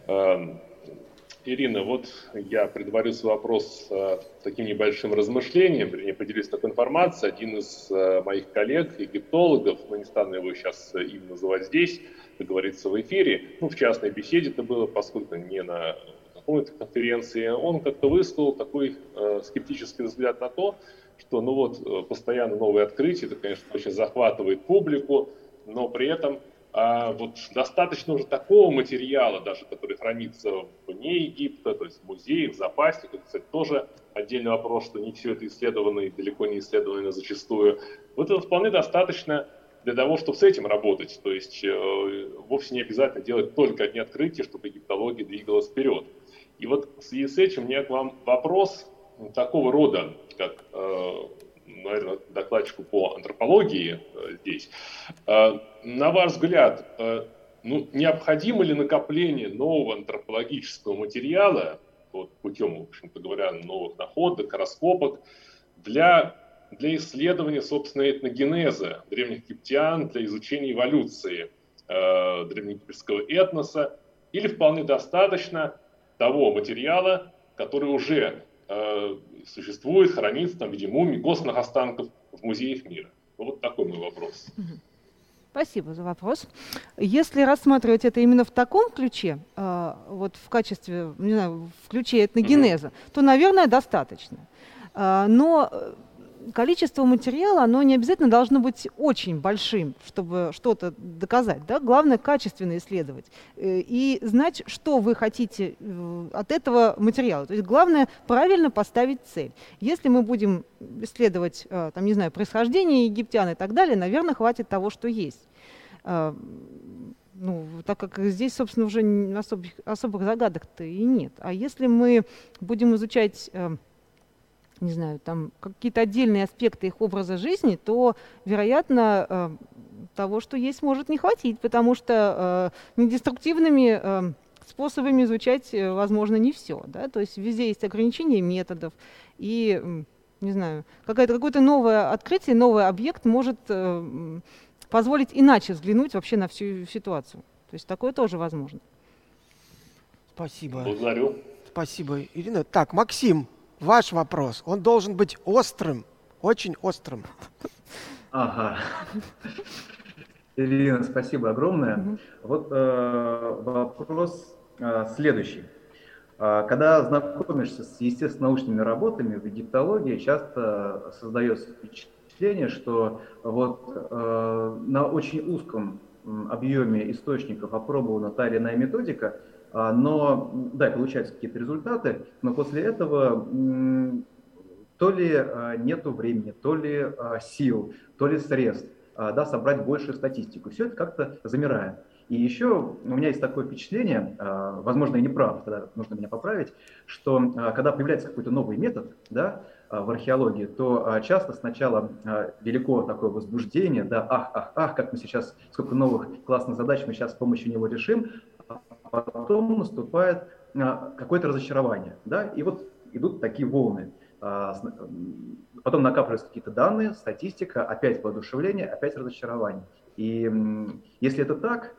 Speaker 3: Ирина, вот я предварил свой вопрос таким небольшим размышлением, вернее, поделюсь такой информацией. Один из моих коллег, египтологов, мы не станем его сейчас им называть здесь, как говорится, в эфире, в частной беседе это было, поскольку не на какой-то конференции, он как-то высказал такой скептический взгляд на то, что постоянно новые открытия, это, конечно, очень захватывает публику, но при этом достаточно уже такого материала, даже который хранится вне Египта, то есть в музее, в запасе. Это, кстати, тоже отдельный вопрос, что не все это исследовано и далеко не исследовано зачастую. Вот это вполне достаточно для того, чтобы с этим работать. То есть вовсе не обязательно делать только одни открытия, чтобы египтология двигалась вперед. И вот в связи с этим у меня к вам вопрос такого рода, как, наверное, докладчику по антропологии здесь. На ваш взгляд, необходимо ли накопление нового антропологического материала путем, в общем-то говоря, новых находок, раскопок для для исследования, собственно, этногенеза древних египтян, для изучения эволюции древнеегипетского этноса, или вполне достаточно того материала, который уже существует, хранится там в виде мумий, костных останков в музеях мира? Вот такой мой вопрос.
Speaker 5: Спасибо за вопрос. Если рассматривать это именно в таком ключе, вот в качестве, не знаю, в ключе этногенеза, то, наверное, достаточно. Но количество материала, оно не обязательно должно быть очень большим, чтобы что-то доказать. Да? Главное, качественно исследовать и знать, что вы хотите от этого материала. То есть главное, правильно поставить цель. Если мы будем исследовать, там, не знаю, происхождение египтян и так далее, наверное, хватит того, что есть. Ну, так как здесь, собственно, уже особых загадок-то и нет. А если мы будем изучать, не знаю, там какие-то отдельные аспекты их образа жизни, то, вероятно, того, что есть, может не хватить, потому что недеструктивными способами изучать, возможно, не все. Да? То есть везде есть ограничения методов, и, не знаю, какое-то новое открытие, новый объект может позволить иначе взглянуть вообще на всю ситуацию. То есть такое тоже возможно.
Speaker 2: Спасибо.
Speaker 3: Благодарю.
Speaker 2: Спасибо, Ирина. Так, Максим, ваш вопрос. Он должен быть острым, очень острым.
Speaker 4: Ага. Ирина, спасибо огромное. Вот вопрос следующий. Когда знакомишься с естественно-научными работами в египтологии, часто создается впечатление, что вот на очень узком объеме источников опробована та или иная методика, но, да, получаются какие-то результаты, но после этого то ли нету времени, то ли сил, то ли средств, да, собрать большую статистику. Все это как-то замирает. И еще у меня есть такое впечатление, возможно, я не прав, тогда нужно меня поправить, что когда появляется какой-то новый метод, да, в археологии, то часто сначала велико такое возбуждение, да, ах, как мы сейчас, сколько новых классных задач мы сейчас с помощью него решим, а потом наступает какое-то разочарование, да, и вот идут такие волны. Потом накапливаются какие-то данные, статистика, опять воодушевление, опять разочарование. И если это так,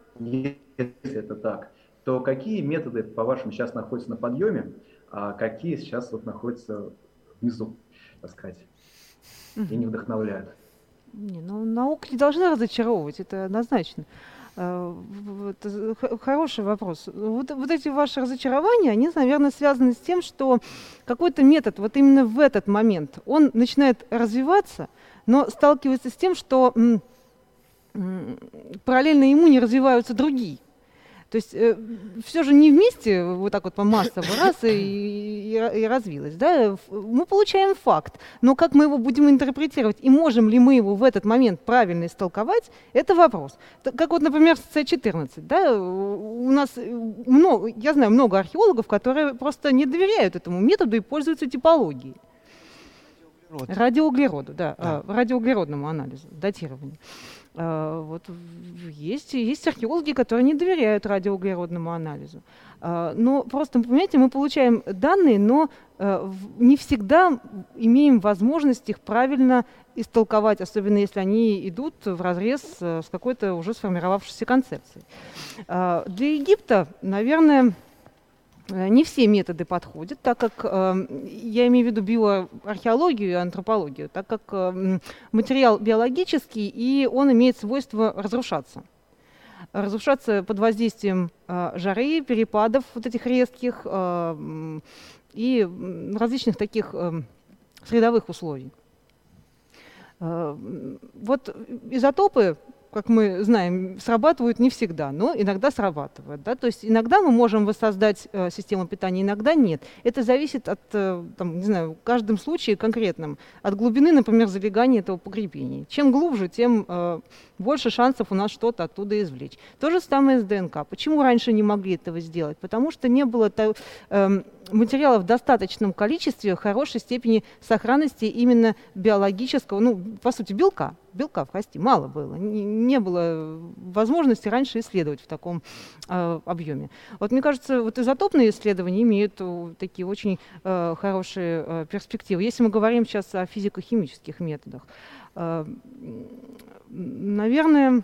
Speaker 4: то какие методы, по-вашему, сейчас находятся на подъеме, а какие сейчас вот находятся внизу, так сказать, и не вдохновляют?
Speaker 5: Ну, наука не должна разочаровывать, это однозначно. Это хороший вопрос. Вот эти ваши разочарования, они, наверное, связаны с тем, что какой-то метод вот именно в этот момент, он начинает развиваться, но сталкивается с тем, что параллельно ему не развиваются другие. То есть все же не вместе вот так вот массово раз и развилось. Да? Мы получаем факт, но как мы его будем интерпретировать и можем ли мы его в этот момент правильно истолковать, это вопрос. Как вот, например, с С14. Да? У нас я знаю много археологов, которые просто не доверяют этому методу и пользуются типологией. Радиоуглероду, да. Радиоуглеродному анализу, датированию. Вот есть археологи, которые не доверяют радиоуглеродному анализу. Но просто, понимаете, мы получаем данные, но не всегда имеем возможность их правильно истолковать, особенно если они идут вразрез с какой-то уже сформировавшейся концепцией. Для Египта, наверное, не все методы подходят, так как, я имею в виду биоархеологию и антропологию, так как материал биологический, и он имеет свойство разрушаться. Разрушаться под воздействием жары, перепадов вот этих резких и различных таких средовых условий. Вот изотопы, как мы знаем, срабатывают не всегда, но иногда срабатывают. Да? То есть иногда мы можем воссоздать систему питания, иногда нет. Это зависит от, там, не знаю, в каждом случае конкретном, от глубины, например, залегания этого погребения. Чем глубже, тем больше шансов у нас что-то оттуда извлечь. То же самое с ДНК. Почему раньше не могли этого сделать? Потому что не было материалов в достаточном количестве, хорошей степени сохранности именно биологического, ну, по сути, белка в кости мало было. Не было возможности раньше исследовать в таком объеме. Вот мне кажется, вот изотопные исследования имеют такие очень хорошие перспективы. Если мы говорим сейчас о физико-химических методах, наверное,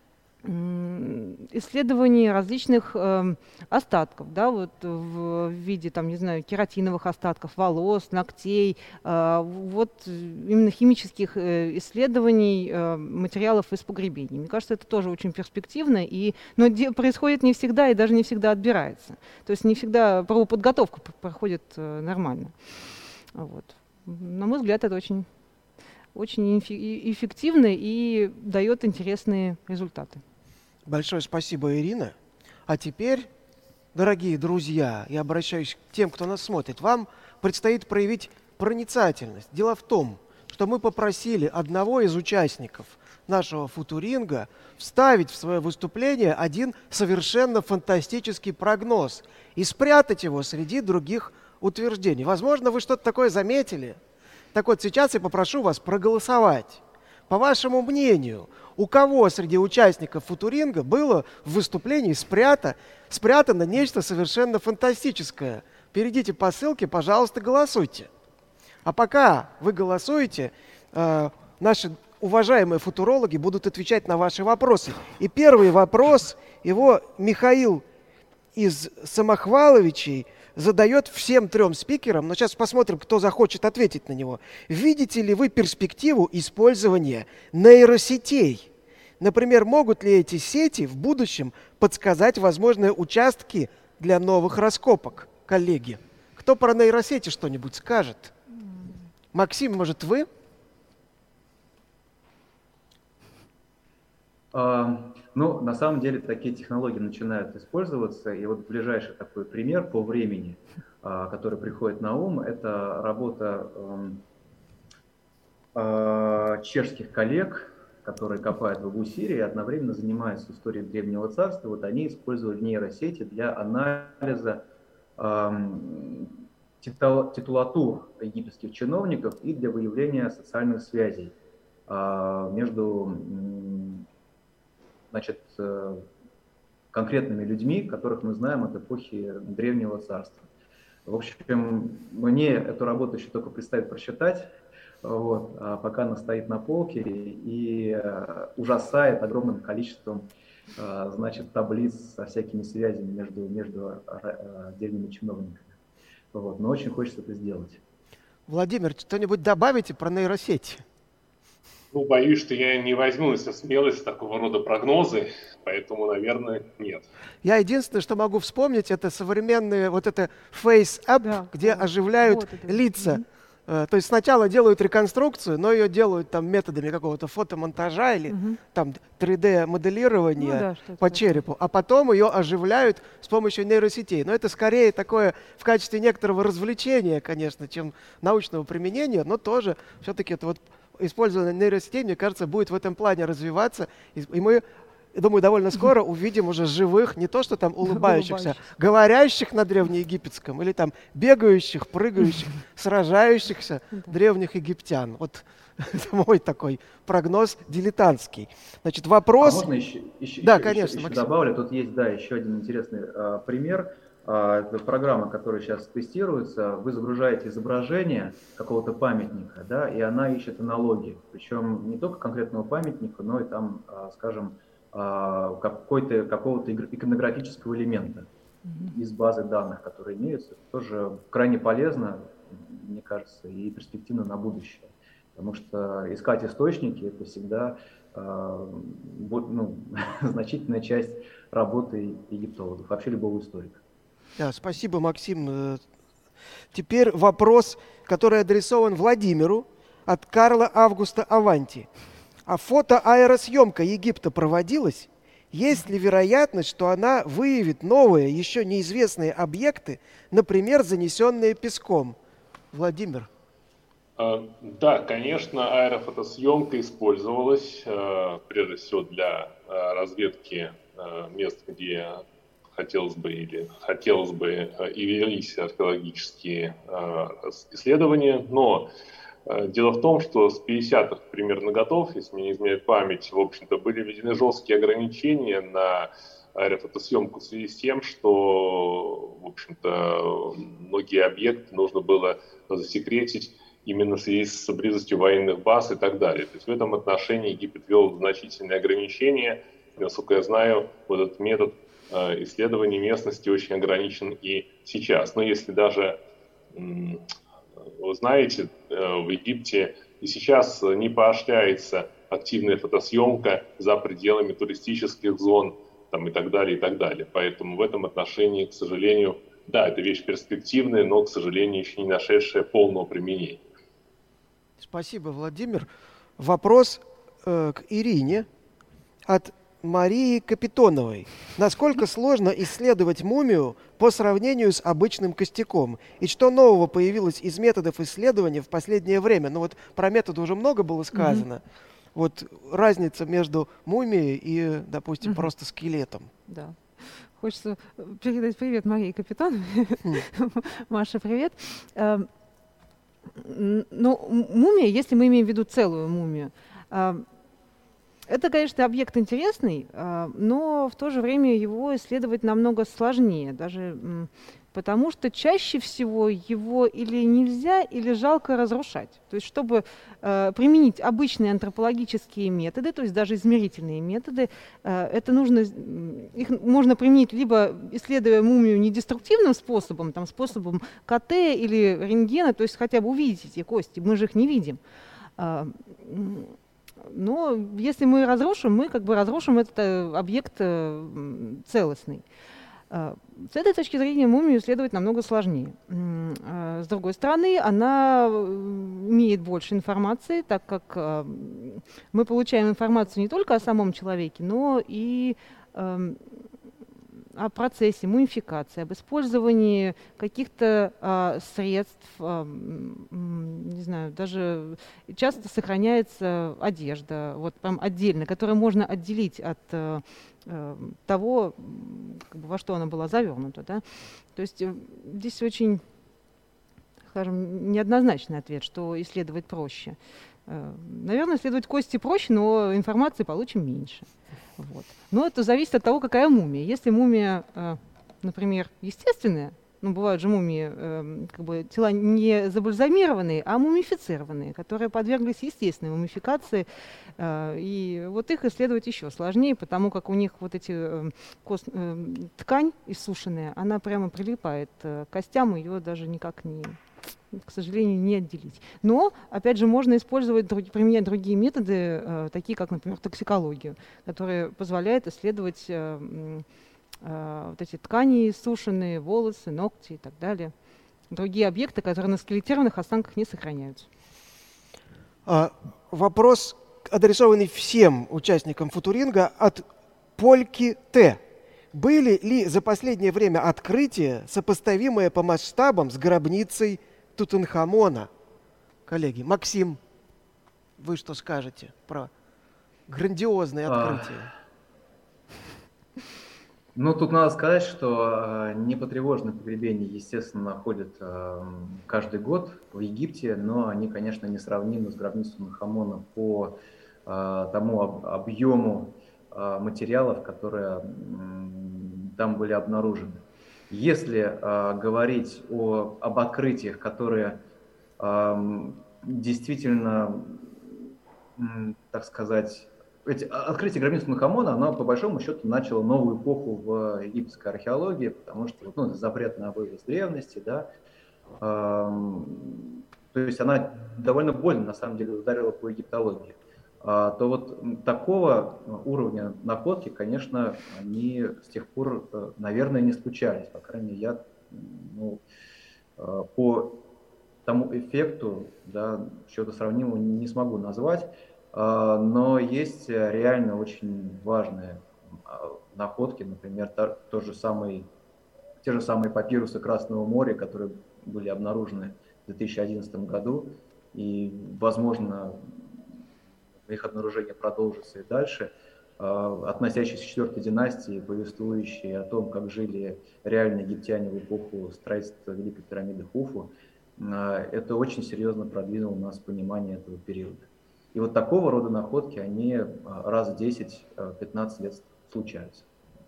Speaker 5: исследований различных остатков, да, вот в виде, там, не знаю, кератиновых остатков, волос, ногтей, вот именно химических исследований материалов из погребений. Мне кажется, это тоже очень перспективно, но происходит не всегда и даже не всегда отбирается. То есть не всегда правоподготовка проходит нормально. Вот. На мой взгляд, это очень эффективно и дает интересные результаты.
Speaker 2: Большое спасибо, Ирина. А теперь, дорогие друзья, я обращаюсь к тем, кто нас смотрит, вам предстоит проявить проницательность. Дело в том, что мы попросили одного из участников нашего футуринга вставить в свое выступление один совершенно фантастический прогноз и спрятать его среди других утверждений. Возможно, вы что-то такое заметили. Так вот, сейчас я попрошу вас проголосовать. По вашему мнению, у кого среди участников футуринга было в выступлении спрятано нечто совершенно фантастическое? Перейдите по ссылке, пожалуйста, голосуйте. А пока вы голосуете, наши уважаемые футурологи будут отвечать на ваши вопросы. И первый вопрос, его Михаил из Самохваловичей задает всем трем спикерам, но сейчас посмотрим, кто захочет ответить на него. Видите ли вы перспективу использования нейросетей? Например, могут ли эти сети в будущем подсказать возможные участки для новых раскопок? Коллеги, кто про нейросети что-нибудь скажет? Максим, может, вы?
Speaker 4: Ну, на самом деле, такие технологии начинают использоваться. И вот ближайший такой пример по времени, который приходит на ум, это работа чешских коллег, которые копают в Абу-Сире и одновременно занимаются историей Древнего Царства. Вот они использовали нейросети для анализа титулатур египетских чиновников и для выявления социальных связей между конкретными людьми, которых мы знаем от эпохи Древнего Царства. В общем, мне эту работу еще только предстоит прочитать, вот, а пока она стоит на полке и ужасает огромным количеством таблиц со всякими связями между отдельными чиновниками. Вот, но очень хочется это сделать.
Speaker 2: Владимир, что-нибудь добавите про нейросети?
Speaker 3: Ну, боюсь, что я не возьму на себя смелость такого рода прогнозы, поэтому, наверное, нет.
Speaker 2: Я единственное, что могу вспомнить, это современные вот это Face App, да, где оживляют вот лица. То есть сначала делают реконструкцию, но ее делают там методами какого-то фотомонтажа или там 3D-моделирования по черепу, а потом ее оживляют с помощью нейросетей. Но это скорее такое в качестве некоторого развлечения, конечно, чем научного применения, но тоже все-таки это вот использование нейросетей, мне кажется, будет в этом плане развиваться. И мы, я думаю, довольно скоро увидим уже живых, не то что там улыбающихся, говорящих на древнеегипетском, или там бегающих, прыгающих, сражающихся древних египтян. Вот это мой такой прогноз дилетантский. Значит, вопрос...
Speaker 4: А можно еще,
Speaker 2: да, конечно,
Speaker 4: еще добавлю? Тут есть, да, еще один интересный пример. Это программа, которая сейчас тестируется. Вы загружаете изображение какого-то памятника, да, и она ищет аналогии. Причем не только конкретного памятника, но и там, скажем, какого-то иконографического элемента из базы данных, которые имеются. Это тоже крайне полезно, мне кажется, и перспективно на будущее. Потому что искать источники – это всегда значительная часть работы египтологов, вообще любого историка.
Speaker 2: Да, спасибо, Максим. Теперь вопрос, который адресован Владимиру от Карла Августа Аванти. А фотоаэросъемка Египта проводилась? Есть ли вероятность, что она выявит новые, еще неизвестные объекты, например, занесенные песком? Владимир.
Speaker 3: Да, конечно, аэрофотосъемка использовалась, прежде всего, для разведки мест, где хотелось бы и велись археологические исследования, но дело в том, что с 50-х примерно годов, если мне не изменяет память, в общем-то, были введены жесткие ограничения на аэрофотосъемку в связи с тем, что, в общем-то, многие объекты нужно было засекретить именно в связи с близостью военных баз и так далее. То есть в этом отношении Египет ввел значительные ограничения. Насколько я знаю, вот этот метод исследования местности очень ограничен и сейчас. Но если даже, вы знаете, в Египте и сейчас не поощряется активная фотосъемка за пределами туристических зон там, и так далее, и так далее. Поэтому в этом отношении, к сожалению, да, это вещь перспективная, но, к сожалению, еще не нашедшая полного применения.
Speaker 2: Спасибо, Владимир. Вопрос к Ирине от Марии Капитоновой. Насколько сложно исследовать мумию по сравнению с обычным костяком? И что нового появилось из методов исследования в последнее время? Ну вот про методы уже много было сказано. Вот разница между мумией и, допустим, просто скелетом.
Speaker 5: Да. Хочется передать привет Марии Капитоновой. Маша, привет. Ну, мумия, если мы имеем в виду целую мумию, это, конечно, объект интересный, но в то же время его исследовать намного сложнее, даже потому что чаще всего его или нельзя, или жалко разрушать. То есть, чтобы применить обычные антропологические методы, то есть даже измерительные методы, это нужно, их можно применить либо исследуя мумию недеструктивным способом, там, способом КТ или рентгена, то есть хотя бы увидеть эти кости, мы же их не видим. Но если мы разрушим, мы как бы разрушим этот объект целостный. С этой точки зрения мумию исследовать намного сложнее. С другой стороны, она имеет больше информации, так как мы получаем информацию не только о самом человеке, но и о процессе мумификации, об использовании каких-то средств, не знаю, даже часто сохраняется одежда, вот прям отдельно, которую можно отделить от того, как бы, во что она была завернута. Да? То есть здесь очень, скажем, неоднозначный ответ, что исследовать проще. Наверное, исследовать кости проще, но информации получим меньше. Вот. Но это зависит от того, какая мумия. Если мумия, например, естественная, ну, бывают же мумии, как бы тела не забальзамированные, а мумифицированные, которые подверглись естественной мумификации, и вот их исследовать еще сложнее, потому как у них вот эти ткань иссушенная, она прямо прилипает к костям, ее даже никак не, к сожалению, не отделить. Но, опять же, можно использовать, применять другие методы, такие как, например, токсикологию, которая позволяет исследовать вот эти ткани иссушенные, волосы, ногти и так далее. Другие объекты, которые на скелетированных останках не сохраняются.
Speaker 2: Вопрос, адресованный всем участникам футуринга от Польки Т. Были ли за последнее время открытия, сопоставимые по масштабам с гробницей Тутанхамона? Коллеги, Максим, вы что скажете про грандиозные открытия?
Speaker 4: Ну, тут надо сказать, что непотревоженные погребения, естественно, находят каждый год в Египте, но они, конечно, несравнимы с гробницей Тутанхамона по тому объему материалов, которые там были обнаружены. Если говорить об открытиях, которые действительно, так сказать, открытие гробницы Тутанхамона, оно по большому счету начало новую эпоху в египетской археологии, потому что запрет на вывоз древности, да, то есть она довольно больно на самом деле ударила по египтологии. То вот такого уровня находки, конечно, они с тех пор, наверное, не случались. По крайней мере, я по тому эффекту, да, чего-то сравнимого не смогу назвать. Но есть реально очень важные находки, например, те же самые папирусы Красного моря, которые были обнаружены в 2011 году, и, возможно, их обнаружение продолжится и дальше. относящиеся к 4-й династии, повествующие о том, как жили реальные египтяне в эпоху строительства Великой пирамиды Хуфу, это очень серьезно продвинуло у нас понимание этого периода. И вот такого рода находки, они раз в 10-15 лет случаются.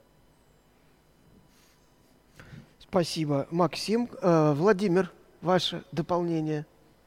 Speaker 2: Спасибо, Максим. Владимир, ваше дополнение?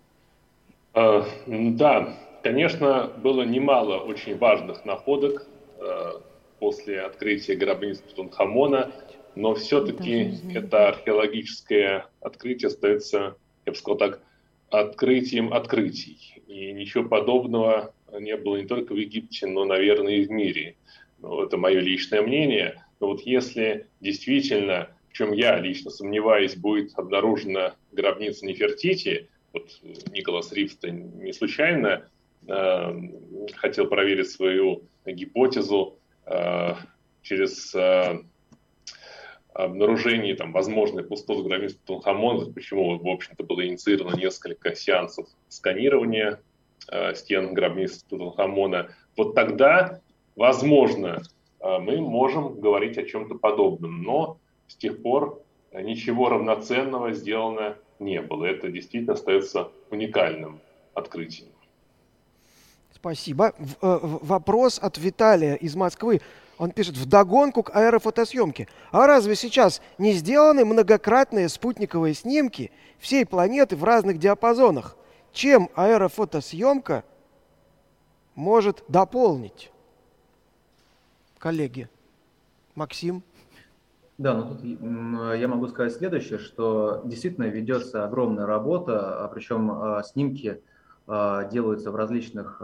Speaker 3: Да, конечно, было немало очень важных находок после открытия гробницы Тутанхамона, но все-таки это археологическое открытие остается, я бы сказал так, открытием открытий. И ничего подобного не было не только в Египте, но, наверное, и в мире. Это мое личное мнение. Но вот если действительно, в чем я лично сомневаюсь, будет обнаружена гробница Нефертити, вот Николас Ривз не случайно хотел проверить свою гипотезу через обнаружение возможной пустоты гробницы Тутанхамона, почему, в общем-то, было инициировано несколько сеансов сканирования стен гробницы Тутанхамона. Вот тогда, возможно, мы можем говорить о чем-то подобном, но с тех пор ничего равноценного сделано не было. Это действительно остается уникальным открытием.
Speaker 2: Спасибо. Вопрос от Виталия из Москвы. Он пишет: вдогонку к аэрофотосъемке. А разве сейчас не сделаны многократные спутниковые снимки всей планеты в разных диапазонах? Чем аэрофотосъемка может дополнить? Коллеги. Максим?
Speaker 4: Да, ну тут я могу сказать следующее, что действительно ведется огромная работа, причем снимки делаются в различных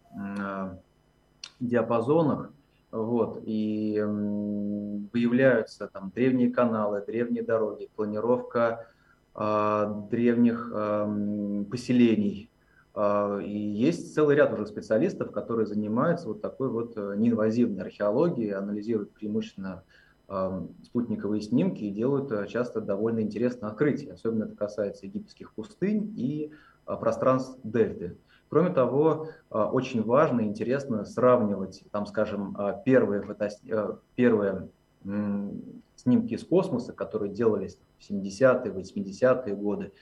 Speaker 4: диапазонах, вот, и выявляются там древние каналы, древние дороги, планировка древних поселений. И есть целый ряд уже специалистов, которые занимаются вот такой вот неинвазивной археологией, анализируют преимущественно спутниковые снимки и делают часто довольно интересные открытия. Особенно это касается египетских пустынь и пространств дельты. Кроме того, очень важно и интересно сравнивать, там, скажем, первые снимки из космоса, которые делались в 70-е, 80-е годы,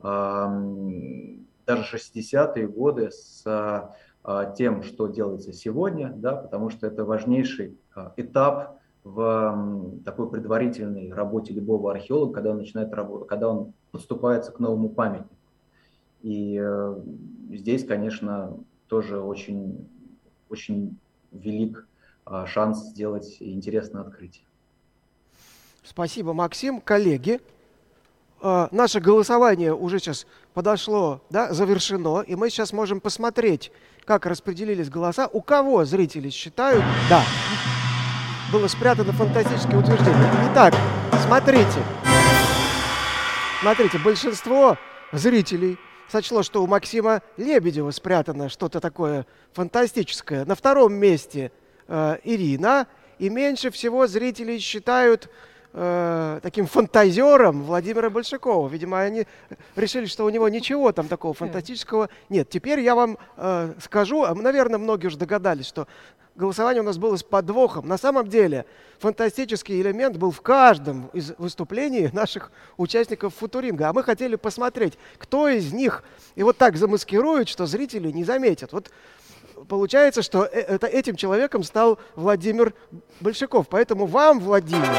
Speaker 4: даже 60-е годы, с тем, что делается сегодня, да, потому что это важнейший этап в такой предварительной работе любого археолога, когда он начинает работать, когда он подступается к новому памятнику. И здесь, конечно, тоже очень, очень велик шанс сделать интересное открытие.
Speaker 2: Спасибо, Максим. Коллеги, наше голосование уже сейчас подошло, да, завершено, и мы сейчас можем посмотреть, как распределились голоса. У кого зрители считают? Да. Было спрятано фантастическое утверждение. Итак, смотрите. Смотрите, большинство зрителей сочло, что у Максима Лебедева спрятано что-то такое фантастическое. На втором месте Ирина. И меньше всего зрителей считают таким фантазером Владимира Большакова. Видимо, они решили, что у него ничего там такого фантастического нет. Теперь я вам скажу, наверное, многие уже догадались, что голосование у нас было с подвохом. На самом деле фантастический элемент был в каждом из выступлений наших участников футуринга. А мы хотели посмотреть, кто из них и вот так замаскирует, что зрители не заметят. Вот получается, что этим человеком стал Владимир Большаков. Поэтому вам, Владимир,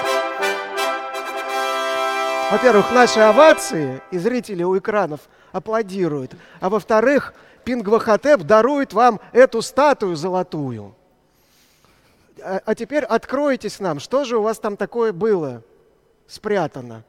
Speaker 2: во-первых, наши овации, и зрители у экранов аплодируют. А во-вторых, Пингвахотеп дарует вам эту статую золотую. А теперь откройтесь нам, что же у вас там такое было спрятано?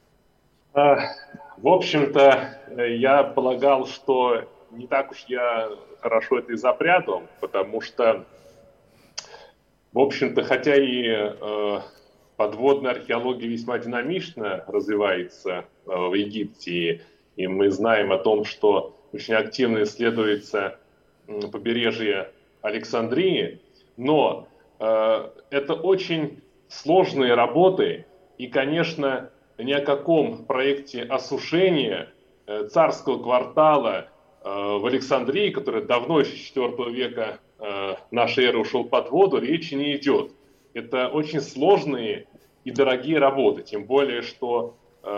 Speaker 3: В общем-то, я полагал, что не так уж я хорошо это и запрятал, потому что, в общем-то, хотя и подводная археология весьма динамично развивается в Египте, и мы знаем о том, что очень активно исследуется побережье Александрии, но это очень сложные работы, и, конечно, ни о каком проекте осушения царского квартала в Александрии, который давно, еще с IV века нашей эры ушел под воду, речи не идет. Это очень сложные и дорогие работы, тем более, что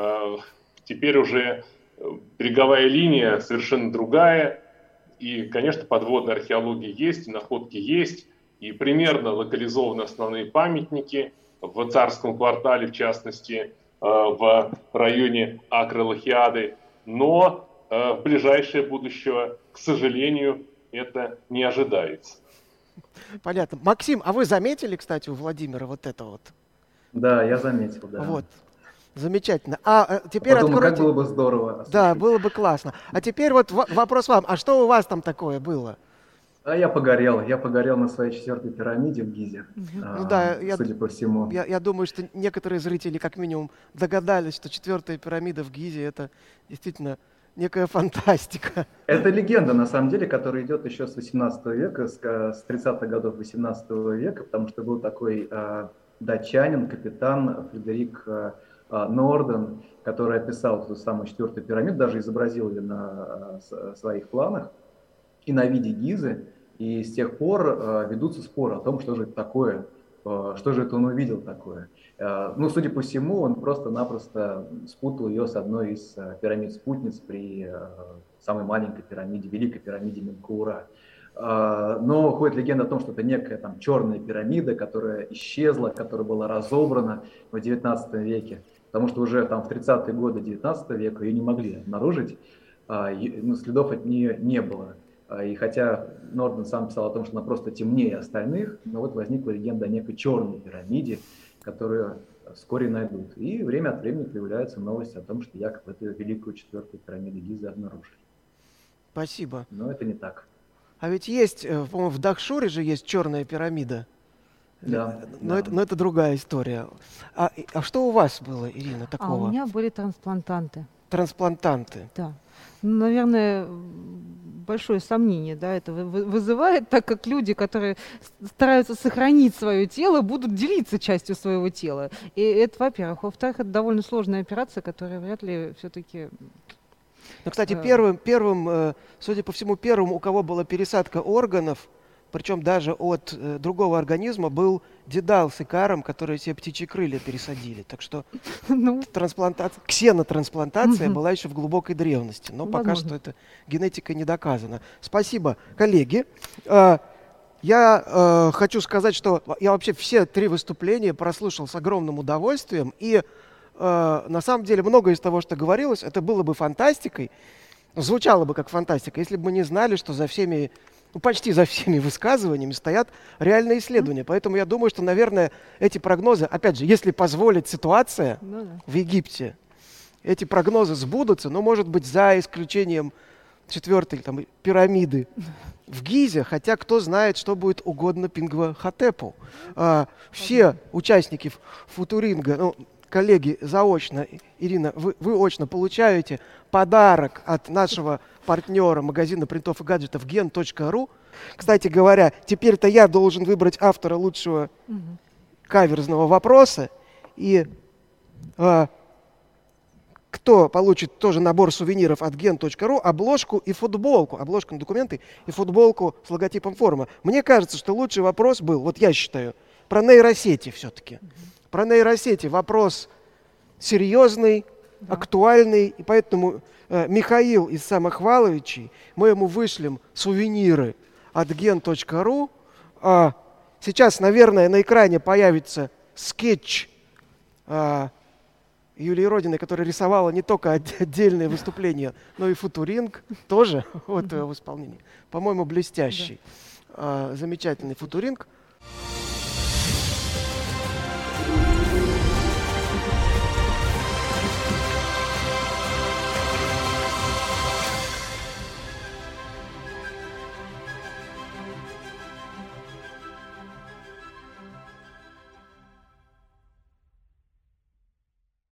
Speaker 3: теперь уже береговая линия совершенно другая, и, конечно, подводная археология есть, и находки есть, и примерно локализованы основные памятники в Царском квартале, в частности, в районе Акролохиады, но в ближайшее будущее, к сожалению, это не ожидается.
Speaker 2: Понятно. Максим, а вы заметили, кстати, у Владимира вот это вот?
Speaker 4: Да, я заметил, да.
Speaker 2: Вот. Замечательно. А теперь
Speaker 4: подумал,
Speaker 2: откройте...
Speaker 4: как было бы здорово.
Speaker 2: Да, было бы классно. А теперь вот вопрос вам. А что у вас там такое было?
Speaker 4: А я погорел на своей 4-й пирамиде в Гизе,
Speaker 2: Ну да,
Speaker 4: судя по всему.
Speaker 2: Я думаю, что некоторые зрители как минимум догадались, что 4-я пирамида в Гизе — это действительно некая фантастика.
Speaker 4: Это легенда, на самом деле, которая идет еще с 18 века, с 30-х годов 18 века, потому что был такой датчанин, капитан Фредерик Норден, который описал эту самую 4-ю пирамиду, даже изобразил ее на своих планах и на виде Гизы. И с тех пор ведутся споры о том, что же это такое, что же это он увидел такое. Ну, судя по всему, он просто-напросто спутал ее с одной из пирамид-спутниц при самой маленькой пирамиде, Великой пирамиде Менкаура. Но ходит легенда о том, что это некая там черная пирамида, которая исчезла, которая была разобрана в 19 веке, потому что уже там в 30-е годы 19 века ее не могли обнаружить, следов от нее не было. И хотя Норден сам писал о том, что она просто темнее остальных, но вот возникла легенда о некой черной пирамиде, которую вскоре найдут. И время от времени появляются новости о том, что якобы эту великую 4-ю пирамиду Гизы обнаружили.
Speaker 2: Спасибо.
Speaker 4: Но это не так.
Speaker 2: А ведь есть, по-моему, в Дахшуре же есть черная пирамида.
Speaker 4: Да.
Speaker 2: Но это другая история. А что у вас было, Ирина, такого?
Speaker 5: А у меня были трансплантанты.
Speaker 2: Трансплантанты.
Speaker 5: Да. Наверное, большое сомнение, да, это вызывает, так как люди, которые стараются сохранить свое тело, будут делиться частью своего тела. И это, во-первых. Во-вторых, это довольно сложная операция, которая вряд ли все-таки...
Speaker 2: Ну, кстати, первым, судя по всему, первым, у кого была пересадка органов, причем даже от другого организма, был Дедал с Икаром, которые себе птичьи крылья пересадили. Так что ксенотрансплантация была еще в глубокой древности. Но пока что это генетика не доказана. Спасибо, коллеги. Я хочу сказать, что я вообще все 3 выступления прослушал с огромным удовольствием. И на самом деле многое из того, что говорилось, это было бы фантастикой, звучало бы как фантастика, если бы мы не знали, что за всеми, почти за всеми высказываниями стоят реальные исследования. Поэтому я думаю, что, наверное, эти прогнозы, опять же, если позволит ситуация в Египте, эти прогнозы сбудутся, но, может быть, за исключением 4-й пирамиды в Гизе, хотя кто знает, что будет угодно Пингва-Хотепу. Все участники футуринга, коллеги, заочно, Ирина, вы очно получаете подарок от нашего партнера магазина принтов и гаджетов gen.ru. Кстати говоря, теперь-то я должен выбрать автора лучшего каверзного вопроса. И кто получит тоже набор сувениров от gen.ru, обложку и футболку, обложку на документы и футболку с логотипом форума. Мне кажется, что лучший вопрос был, вот я считаю, про нейросети все-таки. Про нейросети вопрос серьезный, актуальный, и поэтому Михаил из Самохваловичей, мы ему вышлем сувениры от gen.ru. Сейчас, наверное, на экране появится скетч Юлии Родиной, которая рисовала не только отдельные выступления, но и футуринг тоже в исполнении. По-моему, блестящий. Замечательный футуринг.